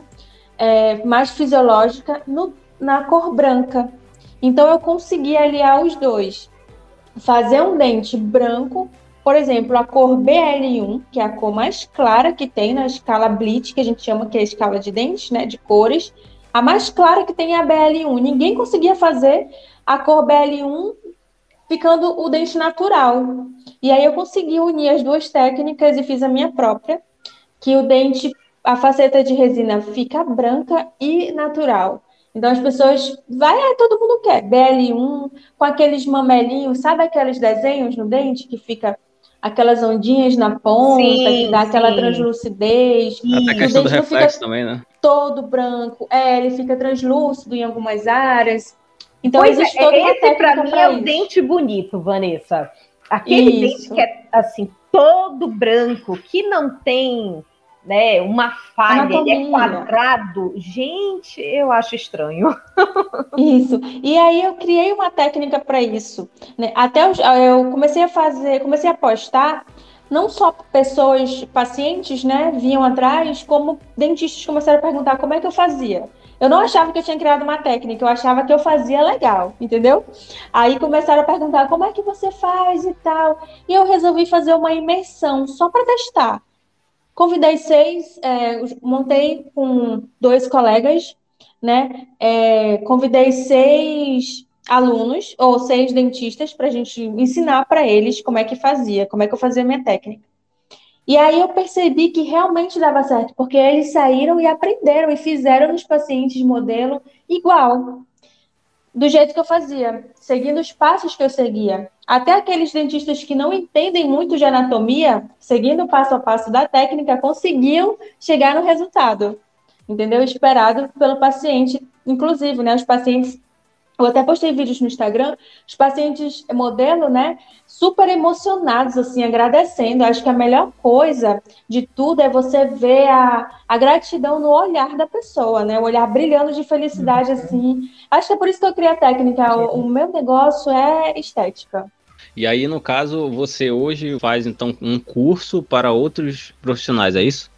mais fisiológica na cor branca. Então eu consegui aliar os dois. Fazer um dente branco, por exemplo, a cor BL1, que é a cor mais clara que tem na escala Blit, que a gente chama que é a escala de dentes, né, de cores. A mais clara que tem é a BL1. Ninguém conseguia fazer a cor BL1 ficando o dente natural. E aí eu consegui unir as duas técnicas e fiz a minha própria, que o dente, a faceta de resina fica branca e natural. Então as pessoas, todo mundo quer, BL1, com aqueles mamelinhos, sabe aqueles desenhos no dente que fica aquelas ondinhas na ponta, sim, que dá aquela sim. translucidez, Até a que o questão do dente não reflexo fica também, né? todo branco, ele fica translúcido em algumas áreas. Então Pois existe toda uma esse para técnica mim para é o isso. dente bonito, Vanessa. Aquele dente que é assim, todo branco, que não tem, né, uma falha, Anatomia. ele é quadrado. Gente, eu acho estranho. Isso. E aí eu criei uma técnica para isso, né? Até eu comecei a postar, não só pessoas, pacientes, né, vinham atrás, como dentistas começaram a perguntar como é que eu fazia. Eu não achava que eu tinha criado uma técnica, eu achava que eu fazia legal, entendeu? Aí começaram a perguntar como é que você faz e tal. E eu resolvi fazer uma imersão só para testar. Convidei 6, montei com 2 colegas, né? Convidei 6 alunos ou 6 dentistas para a gente ensinar para eles como é que fazia, como é que eu fazia a minha técnica. E aí eu percebi que realmente dava certo, porque eles saíram e aprenderam e fizeram nos pacientes modelo igual, do jeito que eu fazia, seguindo os passos que eu seguia. Até aqueles dentistas que não entendem muito de anatomia, seguindo o passo a passo da técnica, conseguiam chegar no resultado, entendeu? Esperado pelo paciente. Inclusive, né, os pacientes, eu até postei vídeos no Instagram, os pacientes modelo, né, super emocionados, assim, agradecendo. Acho que a melhor coisa de tudo é você ver a gratidão no olhar da pessoa, né, o olhar brilhando de felicidade, assim. Acho que é por isso que eu criei a técnica. O meu negócio é estética. E aí, no caso, você hoje faz, então, um curso para outros profissionais, é isso?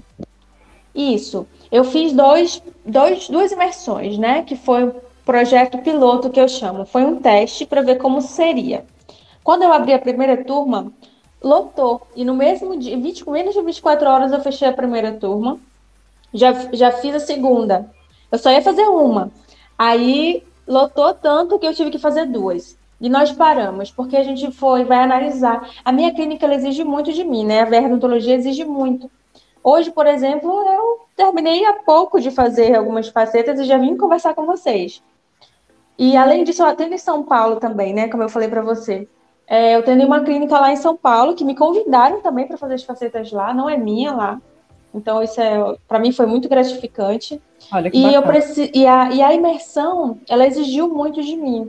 Isso. Eu fiz duas imersões, né, que foi o projeto piloto que eu chamo. Foi um teste para ver como seria. Quando eu abri a primeira turma, lotou. E no mesmo dia, menos de 24 horas, eu fechei a primeira turma. Já fiz a segunda. Eu só ia fazer uma. Aí lotou tanto que eu tive que fazer 2. E nós paramos, porque a gente vai analisar. A minha clínica ela exige muito de mim, né? A verdontologia exige muito. Hoje, por exemplo, eu terminei há pouco de fazer algumas facetas e já vim conversar com vocês. E além disso, eu atendo em São Paulo também, né? Como eu falei para você. Eu tenho uma clínica lá em São Paulo que me convidaram também para fazer as facetas lá, não é minha lá. Então, isso para mim foi muito gratificante. Olha que bacana. E a imersão, ela exigiu muito de mim.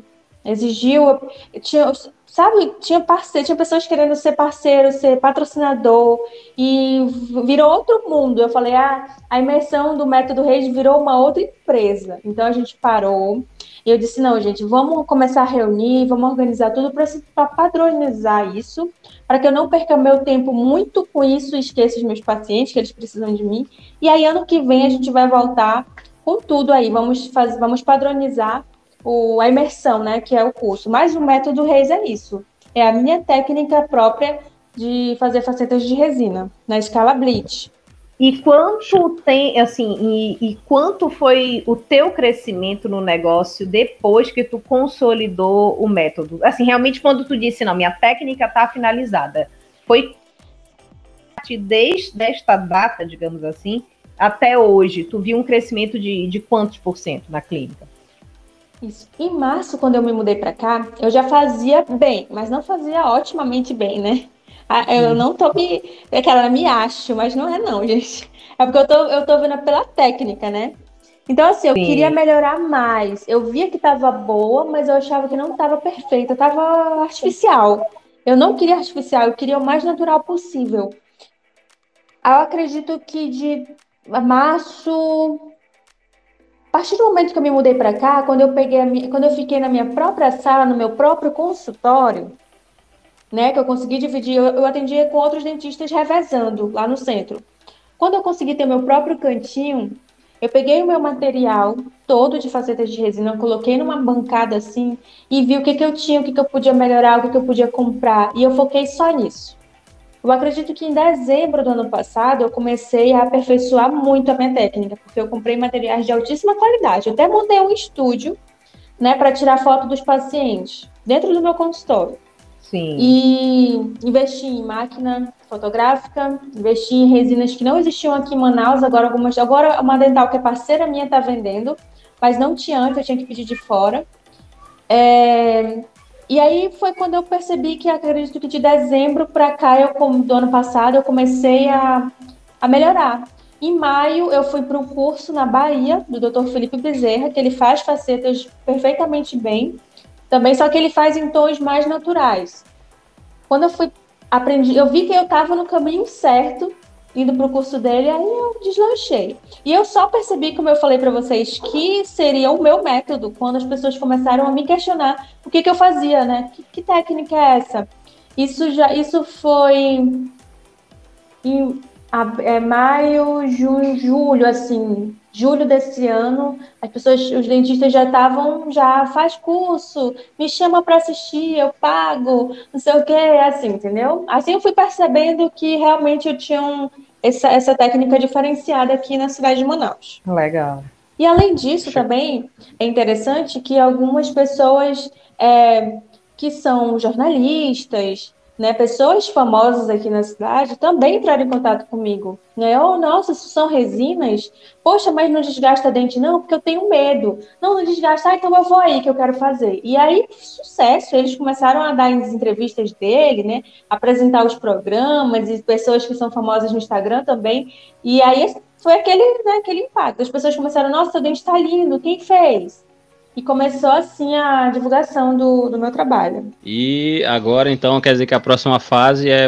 Tinha parceiro, tinha pessoas querendo ser parceiro, ser patrocinador, e virou outro mundo. Eu falei, a imersão do Método Reis virou uma outra empresa. Então a gente parou, e eu disse, não, gente, vamos começar a reunir, vamos organizar tudo para padronizar isso, para que eu não perca meu tempo muito com isso e esqueça os meus pacientes, que eles precisam de mim. E aí, ano que vem, a gente vai voltar com tudo aí, vamos padronizar a imersão, né, que é o curso. Mas o Método Reis é isso. É a minha técnica própria de fazer facetas de resina, na escala Blitz. E quanto tem, assim, e quanto foi o teu crescimento no negócio depois que tu consolidou o método? Assim, realmente quando tu disse, não, minha técnica está finalizada, foi desde esta data, digamos assim, até hoje, tu viu um crescimento de quantos % na clínica? Isso. Em março, quando eu me mudei para cá, eu já fazia bem, mas não fazia otimamente bem, né? Eu não tô me acho, mas não é não, gente. É porque eu tô vendo pela técnica, né? Então, assim, eu queria melhorar mais. Eu via que tava boa, mas eu achava que não tava perfeita, tava artificial. Eu não queria artificial, eu queria o mais natural possível. Eu acredito que de março, a partir do momento que eu me mudei para cá, quando eu fiquei na minha própria sala, no meu próprio consultório, né, que eu consegui dividir, eu atendia com outros dentistas revezando lá no centro. Quando eu consegui ter meu próprio cantinho, eu peguei o meu material todo de facetas de resina, eu coloquei numa bancada assim e vi o que eu tinha, o que eu podia melhorar, o que eu podia comprar, e eu foquei só nisso. Eu acredito que em dezembro do ano passado eu comecei a aperfeiçoar muito a minha técnica, porque eu comprei materiais de altíssima qualidade. Eu até montei um estúdio, né, para tirar foto dos pacientes dentro do meu consultório. Sim. E investi em máquina fotográfica, investi em resinas que não existiam aqui em Manaus, agora uma dental que é parceira minha está vendendo, mas não tinha antes, eu tinha que pedir de fora. E aí foi quando eu percebi que, acredito que de dezembro para cá, do ano passado, eu comecei a melhorar. Em maio, eu fui para um curso na Bahia, do Dr. Felipe Bezerra, que ele faz facetas perfeitamente bem, também, só que ele faz em tons mais naturais. Quando eu aprendi, eu vi que eu estava no caminho certo, indo para o curso dele, aí eu deslanchei. E eu só percebi, como eu falei para vocês, que seria o meu método quando as pessoas começaram a me questionar o que eu fazia, né? Que técnica é essa? Isso foi em maio, junho, julho, assim, julho desse ano, os dentistas já faz curso, me chama para assistir, eu pago, não sei o que, assim, entendeu? Assim eu fui percebendo que realmente eu tinha essa técnica diferenciada aqui na cidade de Manaus. Legal. E além disso, também é interessante que algumas pessoas que são jornalistas, né, pessoas famosas aqui na cidade também entraram em contato comigo, né? Oh, nossa, isso são resinas? Poxa, mas não desgasta dente? Não, porque eu tenho medo. Não desgasta, então eu vou aí que eu quero fazer. E aí, sucesso, eles começaram a dar as entrevistas dele, né, apresentar os programas, e pessoas que são famosas no Instagram também. E aí foi aquele impacto. As pessoas começaram, nossa, seu dente está lindo, quem fez? E começou assim a divulgação do meu trabalho. E agora, então, quer dizer que a próxima fase é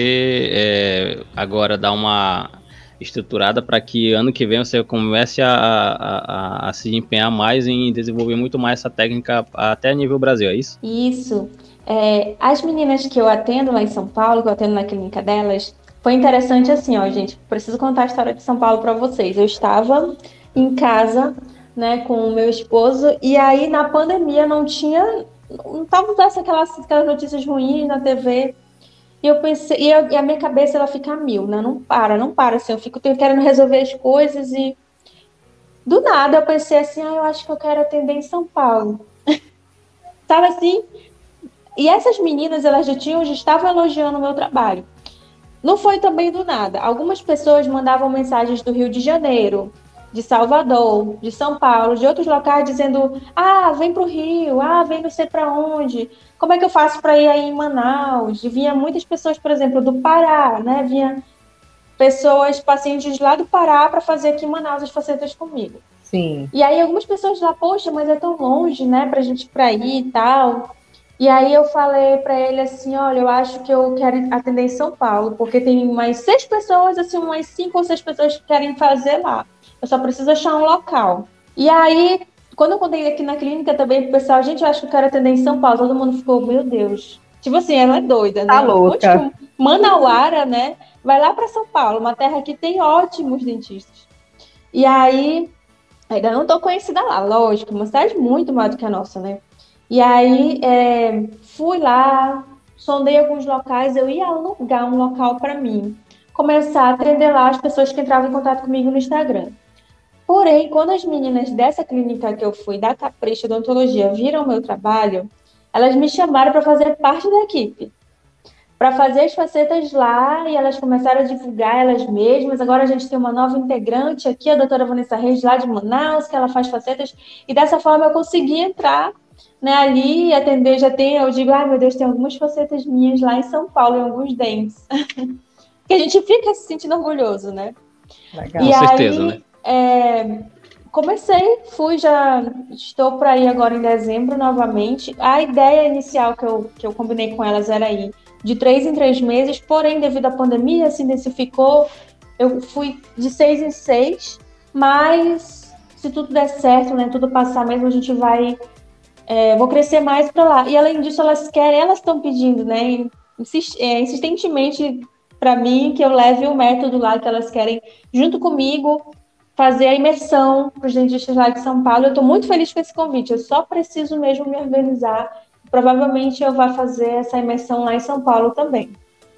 você agora dar uma estruturada para que ano que vem você comece a se empenhar mais em desenvolver muito mais essa técnica até nível Brasil, é isso? Isso. As meninas que eu atendo lá em São Paulo, que eu atendo na clínica delas, foi interessante assim, ó, gente, preciso contar a história de São Paulo para vocês. Eu estava em casa, né, com o meu esposo, e aí na pandemia não tava dando aquelas notícias ruins na TV, e eu pensei, e a minha cabeça ela fica a mil, né, não para, assim, eu fico querendo resolver as coisas, e do nada eu pensei assim, eu acho que eu quero atender em São Paulo. Sabe assim? E essas meninas, elas já estavam elogiando o meu trabalho. Não foi também do nada. Algumas pessoas mandavam mensagens do Rio de Janeiro, de Salvador, de São Paulo, de outros locais, dizendo: vem para o Rio, vem não sei para onde, como é que eu faço para ir aí em Manaus? E vinha muitas pessoas, por exemplo, do Pará, né? pessoas, pacientes lá do Pará para fazer aqui em Manaus as facetas comigo. Sim. E aí algumas pessoas lá, poxa, mas é tão longe, né, pra gente ir pra ir e tal. E aí eu falei pra ele assim, olha, eu acho que eu quero atender em São Paulo, porque tem umas 6 pessoas, assim, umas 5 ou 6 pessoas que querem fazer lá. Eu só preciso achar um local. E aí, quando eu contei aqui na clínica também pro pessoal, gente, eu acho que eu quero atender em São Paulo. Todo mundo ficou, meu Deus. Tipo assim, ela é doida, né? Tá louca. Tipo, Manauara, né? Vai lá pra São Paulo, uma terra que tem ótimos dentistas. E aí, ainda não tô conhecida lá, lógico, uma cidade muito maior do que a nossa, né? E aí, fui lá, sondei alguns locais, eu ia alugar um local para mim, começar a atender lá as pessoas que entravam em contato comigo no Instagram. Porém, quando as meninas dessa clínica que eu fui, da Capricho Odontologia, viram o meu trabalho, elas me chamaram para fazer parte da equipe, para fazer as facetas lá, e elas começaram a divulgar elas mesmas. Agora a gente tem uma nova integrante aqui, a doutora Vanessa Reis, lá de Manaus, que ela faz facetas, e dessa forma eu consegui entrar, né, ali e atender. Eu digo, ai meu Deus, tem algumas facetas minhas lá em São Paulo, em alguns dentes. Que a gente fica se sentindo orgulhoso, né? Legal. E Com aí, certeza, né? já estou para ir agora em dezembro novamente. A ideia inicial que eu combinei com elas era ir de 3 em 3 meses, porém, devido à pandemia, se intensificou, eu fui de 6 em 6, mas se tudo der certo, né, tudo passar mesmo, a gente vai, vou crescer mais para lá. E além disso, elas estão pedindo, né, insistentemente para mim que eu leve o método lá que elas querem junto comigo, fazer a imersão para os dentistas lá de São Paulo. Eu estou muito feliz com esse convite, eu só preciso mesmo me organizar. Provavelmente eu vou fazer essa imersão lá em São Paulo também.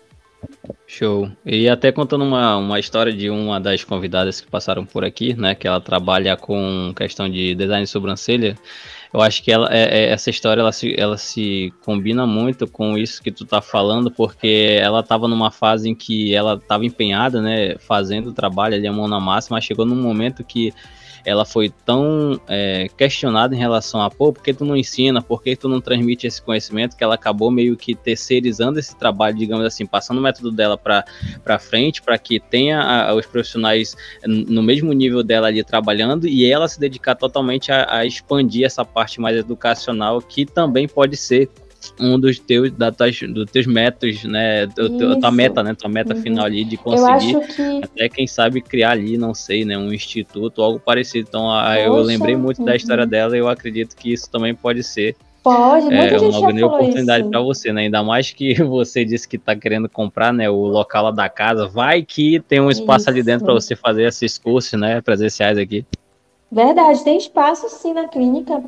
Show. E até contando uma história de uma das convidadas que passaram por aqui, né, que ela trabalha com questão de design de sobrancelha. Eu acho que essa história ela se combina muito com isso que tu tá falando, porque ela estava numa fase em que ela estava empenhada, né, fazendo o trabalho ali, a mão na massa, mas chegou num momento que ela foi tão questionada em relação a, por que tu não ensina, por que tu não transmite esse conhecimento, que ela acabou meio que terceirizando esse trabalho, digamos assim, passando o método dela para frente, para que tenha os profissionais no mesmo nível dela ali trabalhando, e ela se dedicar totalmente a expandir essa parte mais educacional, que também pode ser um dos teus métodos, né, tua meta final ali de conseguir, até quem sabe criar ali, não sei, né, um instituto, algo parecido. Então, eu lembrei muito da história dela, e eu acredito que isso também pode ser uma grande oportunidade para você, né? Ainda mais que você disse que está querendo comprar, né, o local lá da casa, vai que tem um espaço ali dentro para você fazer esses cursos, né, presenciais aqui. Verdade, tem espaço sim na clínica.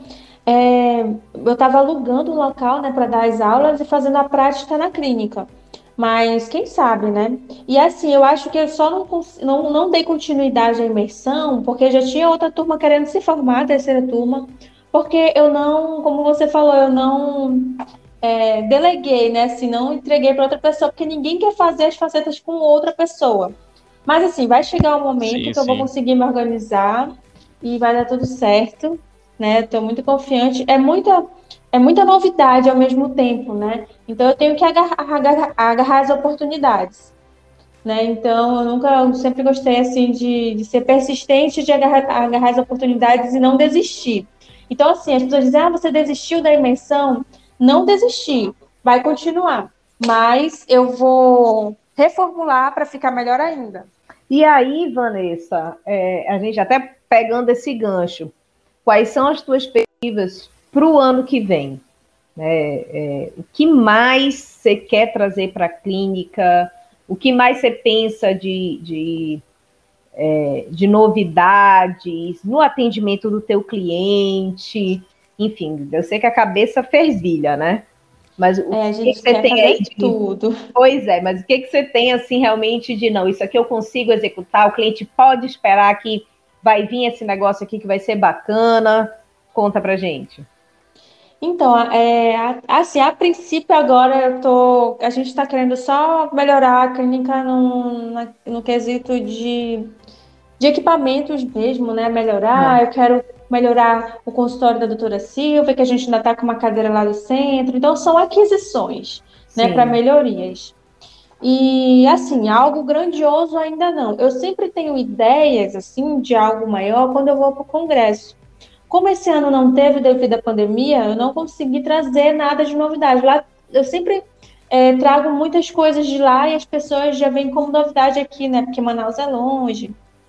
Eu estava alugando o local, né, para dar as aulas e fazendo a prática na clínica. Mas quem sabe, né? E assim, eu acho que eu só não dei continuidade à imersão, porque já tinha outra turma querendo se formar, a terceira turma, porque eu não, como você falou, eu não deleguei, né? Assim, não entreguei para outra pessoa, porque ninguém quer fazer as facetas com outra pessoa. Mas assim, vai chegar um momento que eu vou conseguir me organizar e vai dar tudo certo, né? Estou muito confiante. É muita novidade ao mesmo tempo, né? Então eu tenho que agarrar as oportunidades, né? Então eu sempre gostei assim de ser persistente, de agarrar as oportunidades e não desistir. Então assim, as pessoas dizem, você desistiu da imersão? Não desisti, vai continuar, mas eu vou reformular para ficar melhor ainda. E aí, Vanessa, a gente até pegando esse gancho, quais são as tuas perspectivas para o ano que vem? O que mais você quer trazer para a clínica? O que mais você pensa de novidades no atendimento do teu cliente? Enfim, eu sei que a cabeça fervilha, né? Mas o que você tem aí de tudo? Pois é, mas o que você tem assim realmente de não, isso aqui eu consigo executar, o cliente pode esperar que vai vir esse negócio aqui que vai ser bacana? Conta pra gente. Então, assim, a princípio agora a gente está querendo só melhorar a clínica no quesito de equipamentos mesmo, né? Eu quero melhorar o consultório da doutora Silvia, que a gente ainda está com uma cadeira lá no centro. Então, são aquisições, né, para melhorias. E, assim, algo grandioso ainda não. Eu sempre tenho ideias, assim, de algo maior quando eu vou para o congresso. Como esse ano não teve devido à pandemia, eu não consegui trazer nada de novidade. Lá, eu sempre trago muitas coisas de lá e as pessoas já vêm como novidade aqui, né? Porque Manaus é longe.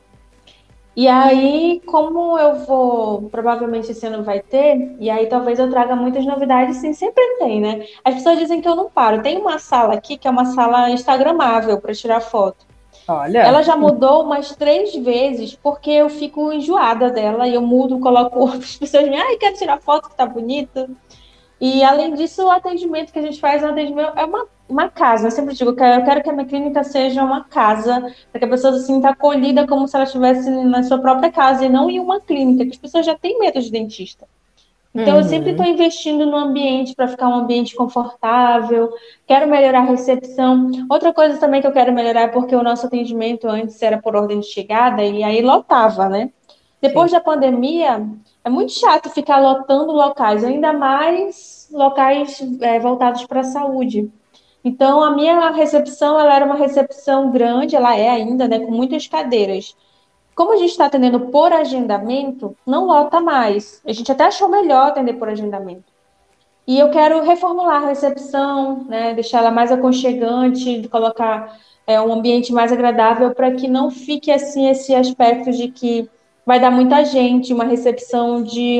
E aí, como eu vou, provavelmente esse ano vai ter, e aí talvez eu traga muitas novidades, sim, sempre tem, né? As pessoas dizem que eu não paro. Tem uma sala aqui que é uma sala instagramável para tirar foto. Olha. Ela já mudou umas 3 vezes, porque eu fico enjoada dela, e eu mudo, coloco outras pessoas, ai, quero tirar foto que tá bonita. E, além disso, o atendimento que a gente faz é uma casa. Eu sempre digo que eu quero que a minha clínica seja uma casa, para que a pessoa se sinta acolhida como se ela estivesse na sua própria casa, e não em uma clínica, que as pessoas já têm medo de dentista. Então, eu sempre estou investindo no ambiente para ficar um ambiente confortável, quero melhorar a recepção. Outra coisa também que eu quero melhorar é porque o nosso atendimento antes era por ordem de chegada, e aí lotava, né? Depois da pandemia, é muito chato ficar lotando locais, ainda mais locais voltados para a saúde. Então, a minha recepção, ela era uma recepção grande, ela é ainda, né, com muitas cadeiras. Como a gente está atendendo por agendamento, não lota mais. A gente até achou melhor atender por agendamento. E eu quero reformular a recepção, né, deixar ela mais aconchegante, colocar um ambiente mais agradável para que não fique assim esse aspecto de que vai dar muita gente, uma recepção de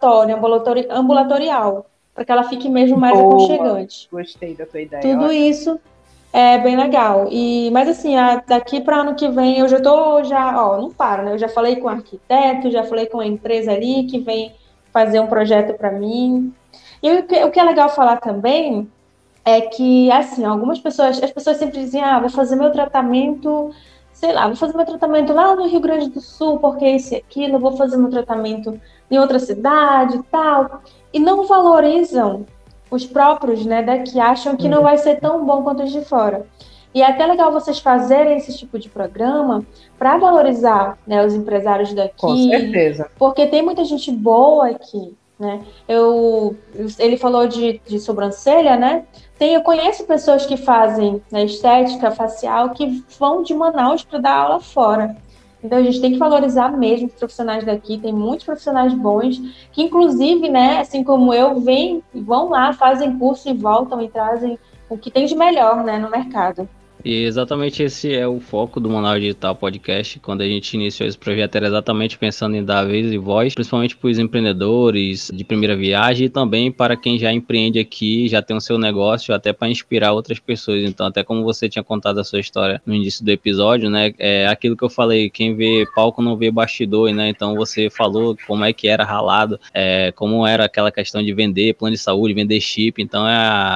ambulatorial, para que ela fique mesmo mais aconchegante. Gostei da tua ideia. Tudo isso é bem legal. Mas assim, daqui para ano que vem eu já não paro, né? Eu já falei com o arquiteto, já falei com a empresa ali que vem fazer um projeto para mim. E o que é legal falar também é que, assim, as pessoas sempre dizem, vou fazer meu tratamento, sei lá, vou fazer meu tratamento lá no Rio Grande do Sul, porque isso e aquilo, vou fazer meu tratamento em outra cidade e tal. E não valorizam os próprios, né, daqui, acham que não vai ser tão bom quanto os de fora. E é até legal vocês fazerem esse tipo de programa para valorizar, né, os empresários daqui. Com certeza. Porque tem muita gente boa aqui, né? Ele falou de sobrancelha, né? Eu conheço pessoas que fazem, né, estética facial que vão de Manaus para dar aula fora. Então, a gente tem que valorizar mesmo os profissionais daqui. Tem muitos profissionais bons que, inclusive, né, assim como eu, vão lá, fazem curso e voltam e trazem o que tem de melhor, né, no mercado. E exatamente esse é o foco do Manaus Digital Podcast. Quando a gente iniciou esse projeto, era exatamente pensando em dar vez e voz, principalmente para os empreendedores de primeira viagem e também para quem já empreende aqui, já tem o seu negócio, até para inspirar outras pessoas. Então, até como você tinha contado a sua história no início do episódio, né? É aquilo que eu falei, quem vê palco não vê bastidor, né? Então, você falou como é que era ralado, como era aquela questão de vender plano de saúde, vender chip. Então,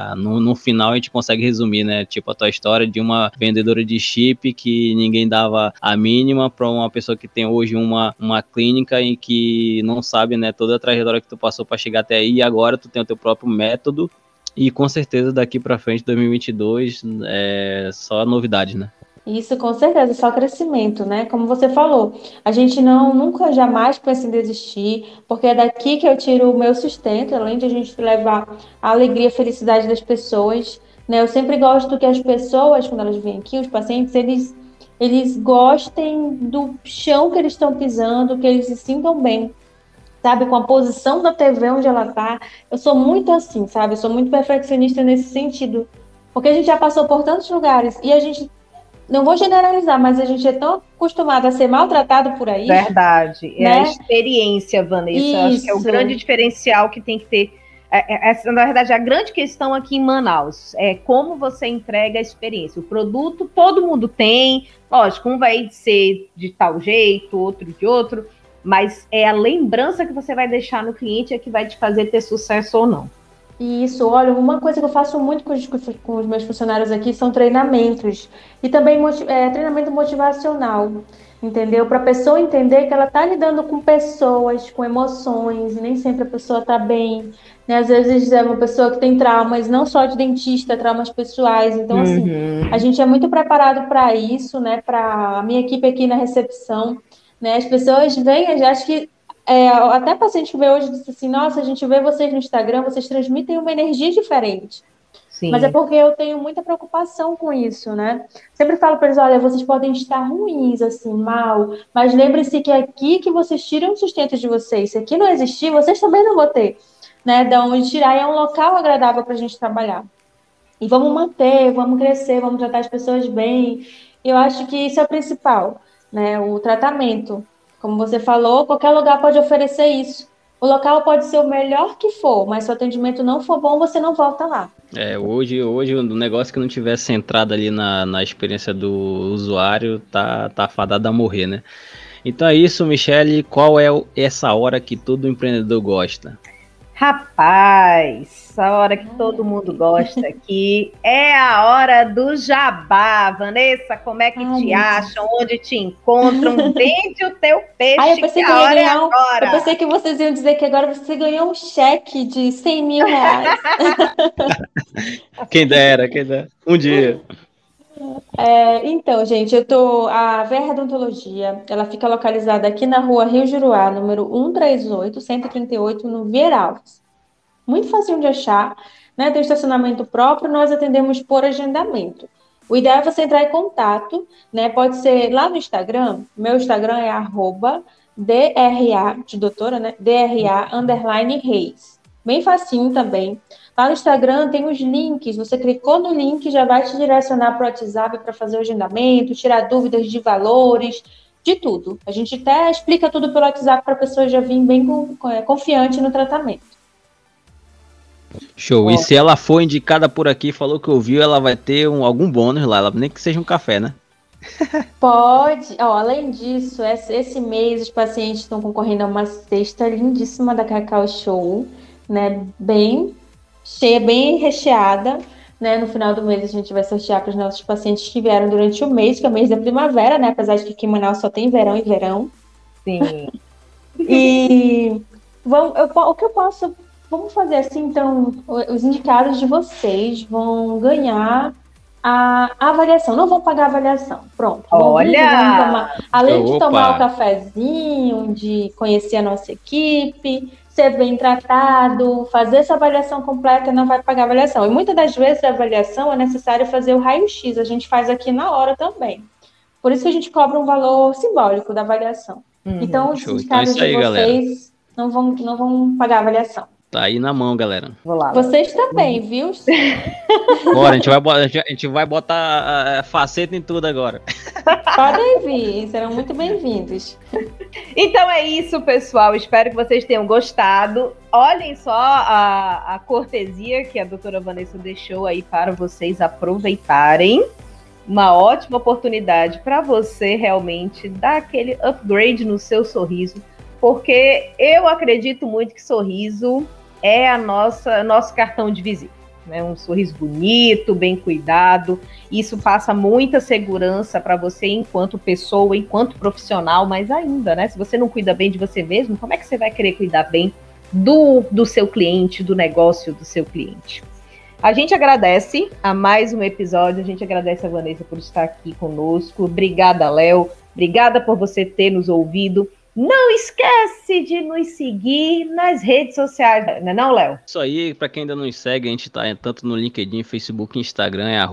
no final a gente consegue resumir, né? Tipo, a tua história de uma vendedora de chip que ninguém dava a mínima para uma pessoa que tem hoje uma clínica e que não sabe, né, toda a trajetória que tu passou para chegar até aí, e agora tu tem o teu próprio método e com certeza daqui para frente 2022 é só novidades, né? Isso, com certeza, só crescimento, né? Como você falou, a gente nunca, jamais pensa em desistir, porque é daqui que eu tiro o meu sustento, além de a gente levar a alegria e a felicidade das pessoas, né? Eu sempre gosto que as pessoas, quando elas vêm aqui, os pacientes, eles gostem do chão que eles estão pisando, que eles se sintam bem, sabe? Com a posição da TV onde ela tá. Eu sou muito assim, sabe? Eu sou muito perfeccionista nesse sentido, porque a gente já passou por tantos lugares e a gente, não vou generalizar, mas a gente é tão acostumado a ser maltratado por aí. Verdade. Né? É a experiência, Vanessa. Isso. Acho que é o grande diferencial que tem que ter. Na verdade, a grande questão aqui em Manaus é como você entrega a experiência. O produto todo mundo tem, lógico, um vai ser de tal jeito, outro de outro, mas é a lembrança que você vai deixar no cliente é que vai te fazer ter sucesso ou não. Isso, olha, uma coisa que eu faço muito com os meus funcionários aqui são treinamentos. E também treinamento motivacional, entendeu? Para a pessoa entender que ela está lidando com pessoas, com emoções, e nem sempre a pessoa está bem. Né? Às vezes é uma pessoa que tem traumas, não só de dentista, traumas pessoais. Então, assim, a gente é muito preparado para isso, né? Para a minha equipe aqui na recepção, né? As pessoas vêm, acho que até paciente que veio hoje disse assim, nossa, a gente vê vocês no Instagram, vocês transmitem uma energia diferente. Sim. Mas é porque eu tenho muita preocupação com isso, né? Sempre falo para eles, olha, vocês podem estar ruins, assim, mal, mas lembre-se que é aqui que vocês tiram o sustento de vocês. Se aqui não existir, vocês também não vão ter, né? De onde tirar, e é um local agradável para a gente trabalhar. E vamos manter, vamos crescer, vamos tratar as pessoas bem. Eu acho que isso é o principal, né? O tratamento. Como você falou, qualquer lugar pode oferecer isso. O local pode ser o melhor que for, mas se o atendimento não for bom, você não volta lá. Hoje o negócio que não tivesse centrado ali na experiência do usuário tá fadado a morrer, né? Então é isso, Michele. Qual é essa hora que todo empreendedor gosta? Rapaz, a hora que todo mundo gosta aqui é a hora do jabá. Vanessa, como é que te acham? Onde te encontram? Vende o teu peixe, eu pensei que a hora é agora. agora. Eu pensei que vocês iam dizer que agora você ganhou um cheque de 100 mil reais. Quem dera. Um dia. Então, gente, a Verra Odontologia, ela fica localizada aqui na rua Rio Juruá, número 138, 138, no Vieira Alves. Muito facinho de achar, né? Tem estacionamento próprio, nós atendemos por agendamento. O ideal é você entrar em contato, né? Pode ser lá no Instagram, meu Instagram é @DRA, de doutora, né? DRA_Reis. Bem facinho também. Lá no Instagram tem os links, você clicou no link, já vai te direcionar para o WhatsApp para fazer o agendamento, tirar dúvidas de valores, de tudo. A gente até explica tudo pelo WhatsApp para a pessoa já vir bem confiante no tratamento. Show. E se ela for indicada por aqui, falou que ouviu, ela vai ter algum bônus lá, nem que seja um café, né? Pode. Além disso, esse mês os pacientes estão concorrendo a uma cesta lindíssima da Cacau Show, né? Bem cheia, bem recheada, né? No final do mês a gente vai sortear para os nossos pacientes que vieram durante o mês, que é o mês da primavera, né? Apesar de que aqui em Manaus só tem verão e verão. Sim. E o que eu posso... Vamos fazer assim, então, os indicados de vocês vão ganhar a avaliação, não vão pagar a avaliação, pronto. Olha! Além de tomar o cafezinho, de conhecer a nossa equipe, ser bem tratado, fazer essa avaliação completa, não vai pagar a avaliação. E muitas das vezes a avaliação é necessário fazer o raio-x, a gente faz aqui na hora também. Por isso que a gente cobra um valor simbólico da avaliação. Então, os indicados de vocês não vão pagar a avaliação. Tá aí na mão, galera. Vou lá. Vocês também, viu? Bora, a gente vai botar a faceta em tudo agora. Podem vir, serão muito bem-vindos. Então é isso, pessoal. Espero que vocês tenham gostado. Olhem só a cortesia que a doutora Vanessa deixou aí para vocês aproveitarem. Uma ótima oportunidade para você realmente dar aquele upgrade no seu sorriso, porque eu acredito muito que sorriso é nosso cartão de visita, né? Um sorriso bonito, bem cuidado, isso passa muita segurança para você enquanto pessoa, enquanto profissional, mas ainda, né? Se você não cuida bem de você mesmo, como é que você vai querer cuidar bem do seu cliente, do negócio do seu cliente? A gente agradece a mais um episódio, a gente agradece a Vanessa por estar aqui conosco, obrigada, Léo, obrigada por você ter nos ouvido. Não esquece de nos seguir nas redes sociais, não é não, Léo? Isso aí, para quem ainda não nos segue, a gente tá tanto no LinkedIn, Facebook e Instagram, é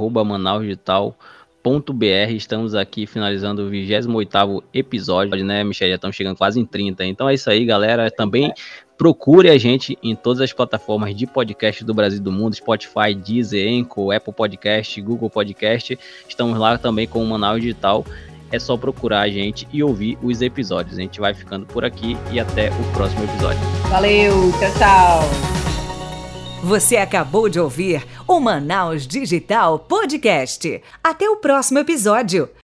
@manausdigital.br. Estamos aqui finalizando o 28º episódio, né, Michele? Já estamos chegando quase em 30. Então é isso aí, galera. Também procure a gente em todas as plataformas de podcast do Brasil e do mundo, Spotify, Deezer, Anchor, Apple Podcast, Google Podcast. Estamos lá também com o Manaus Digital. É só procurar a gente e ouvir os episódios. A gente vai ficando por aqui e até o próximo episódio. Valeu, tchau, tchau. Você acabou de ouvir o Manaus Digital Podcast. Até o próximo episódio.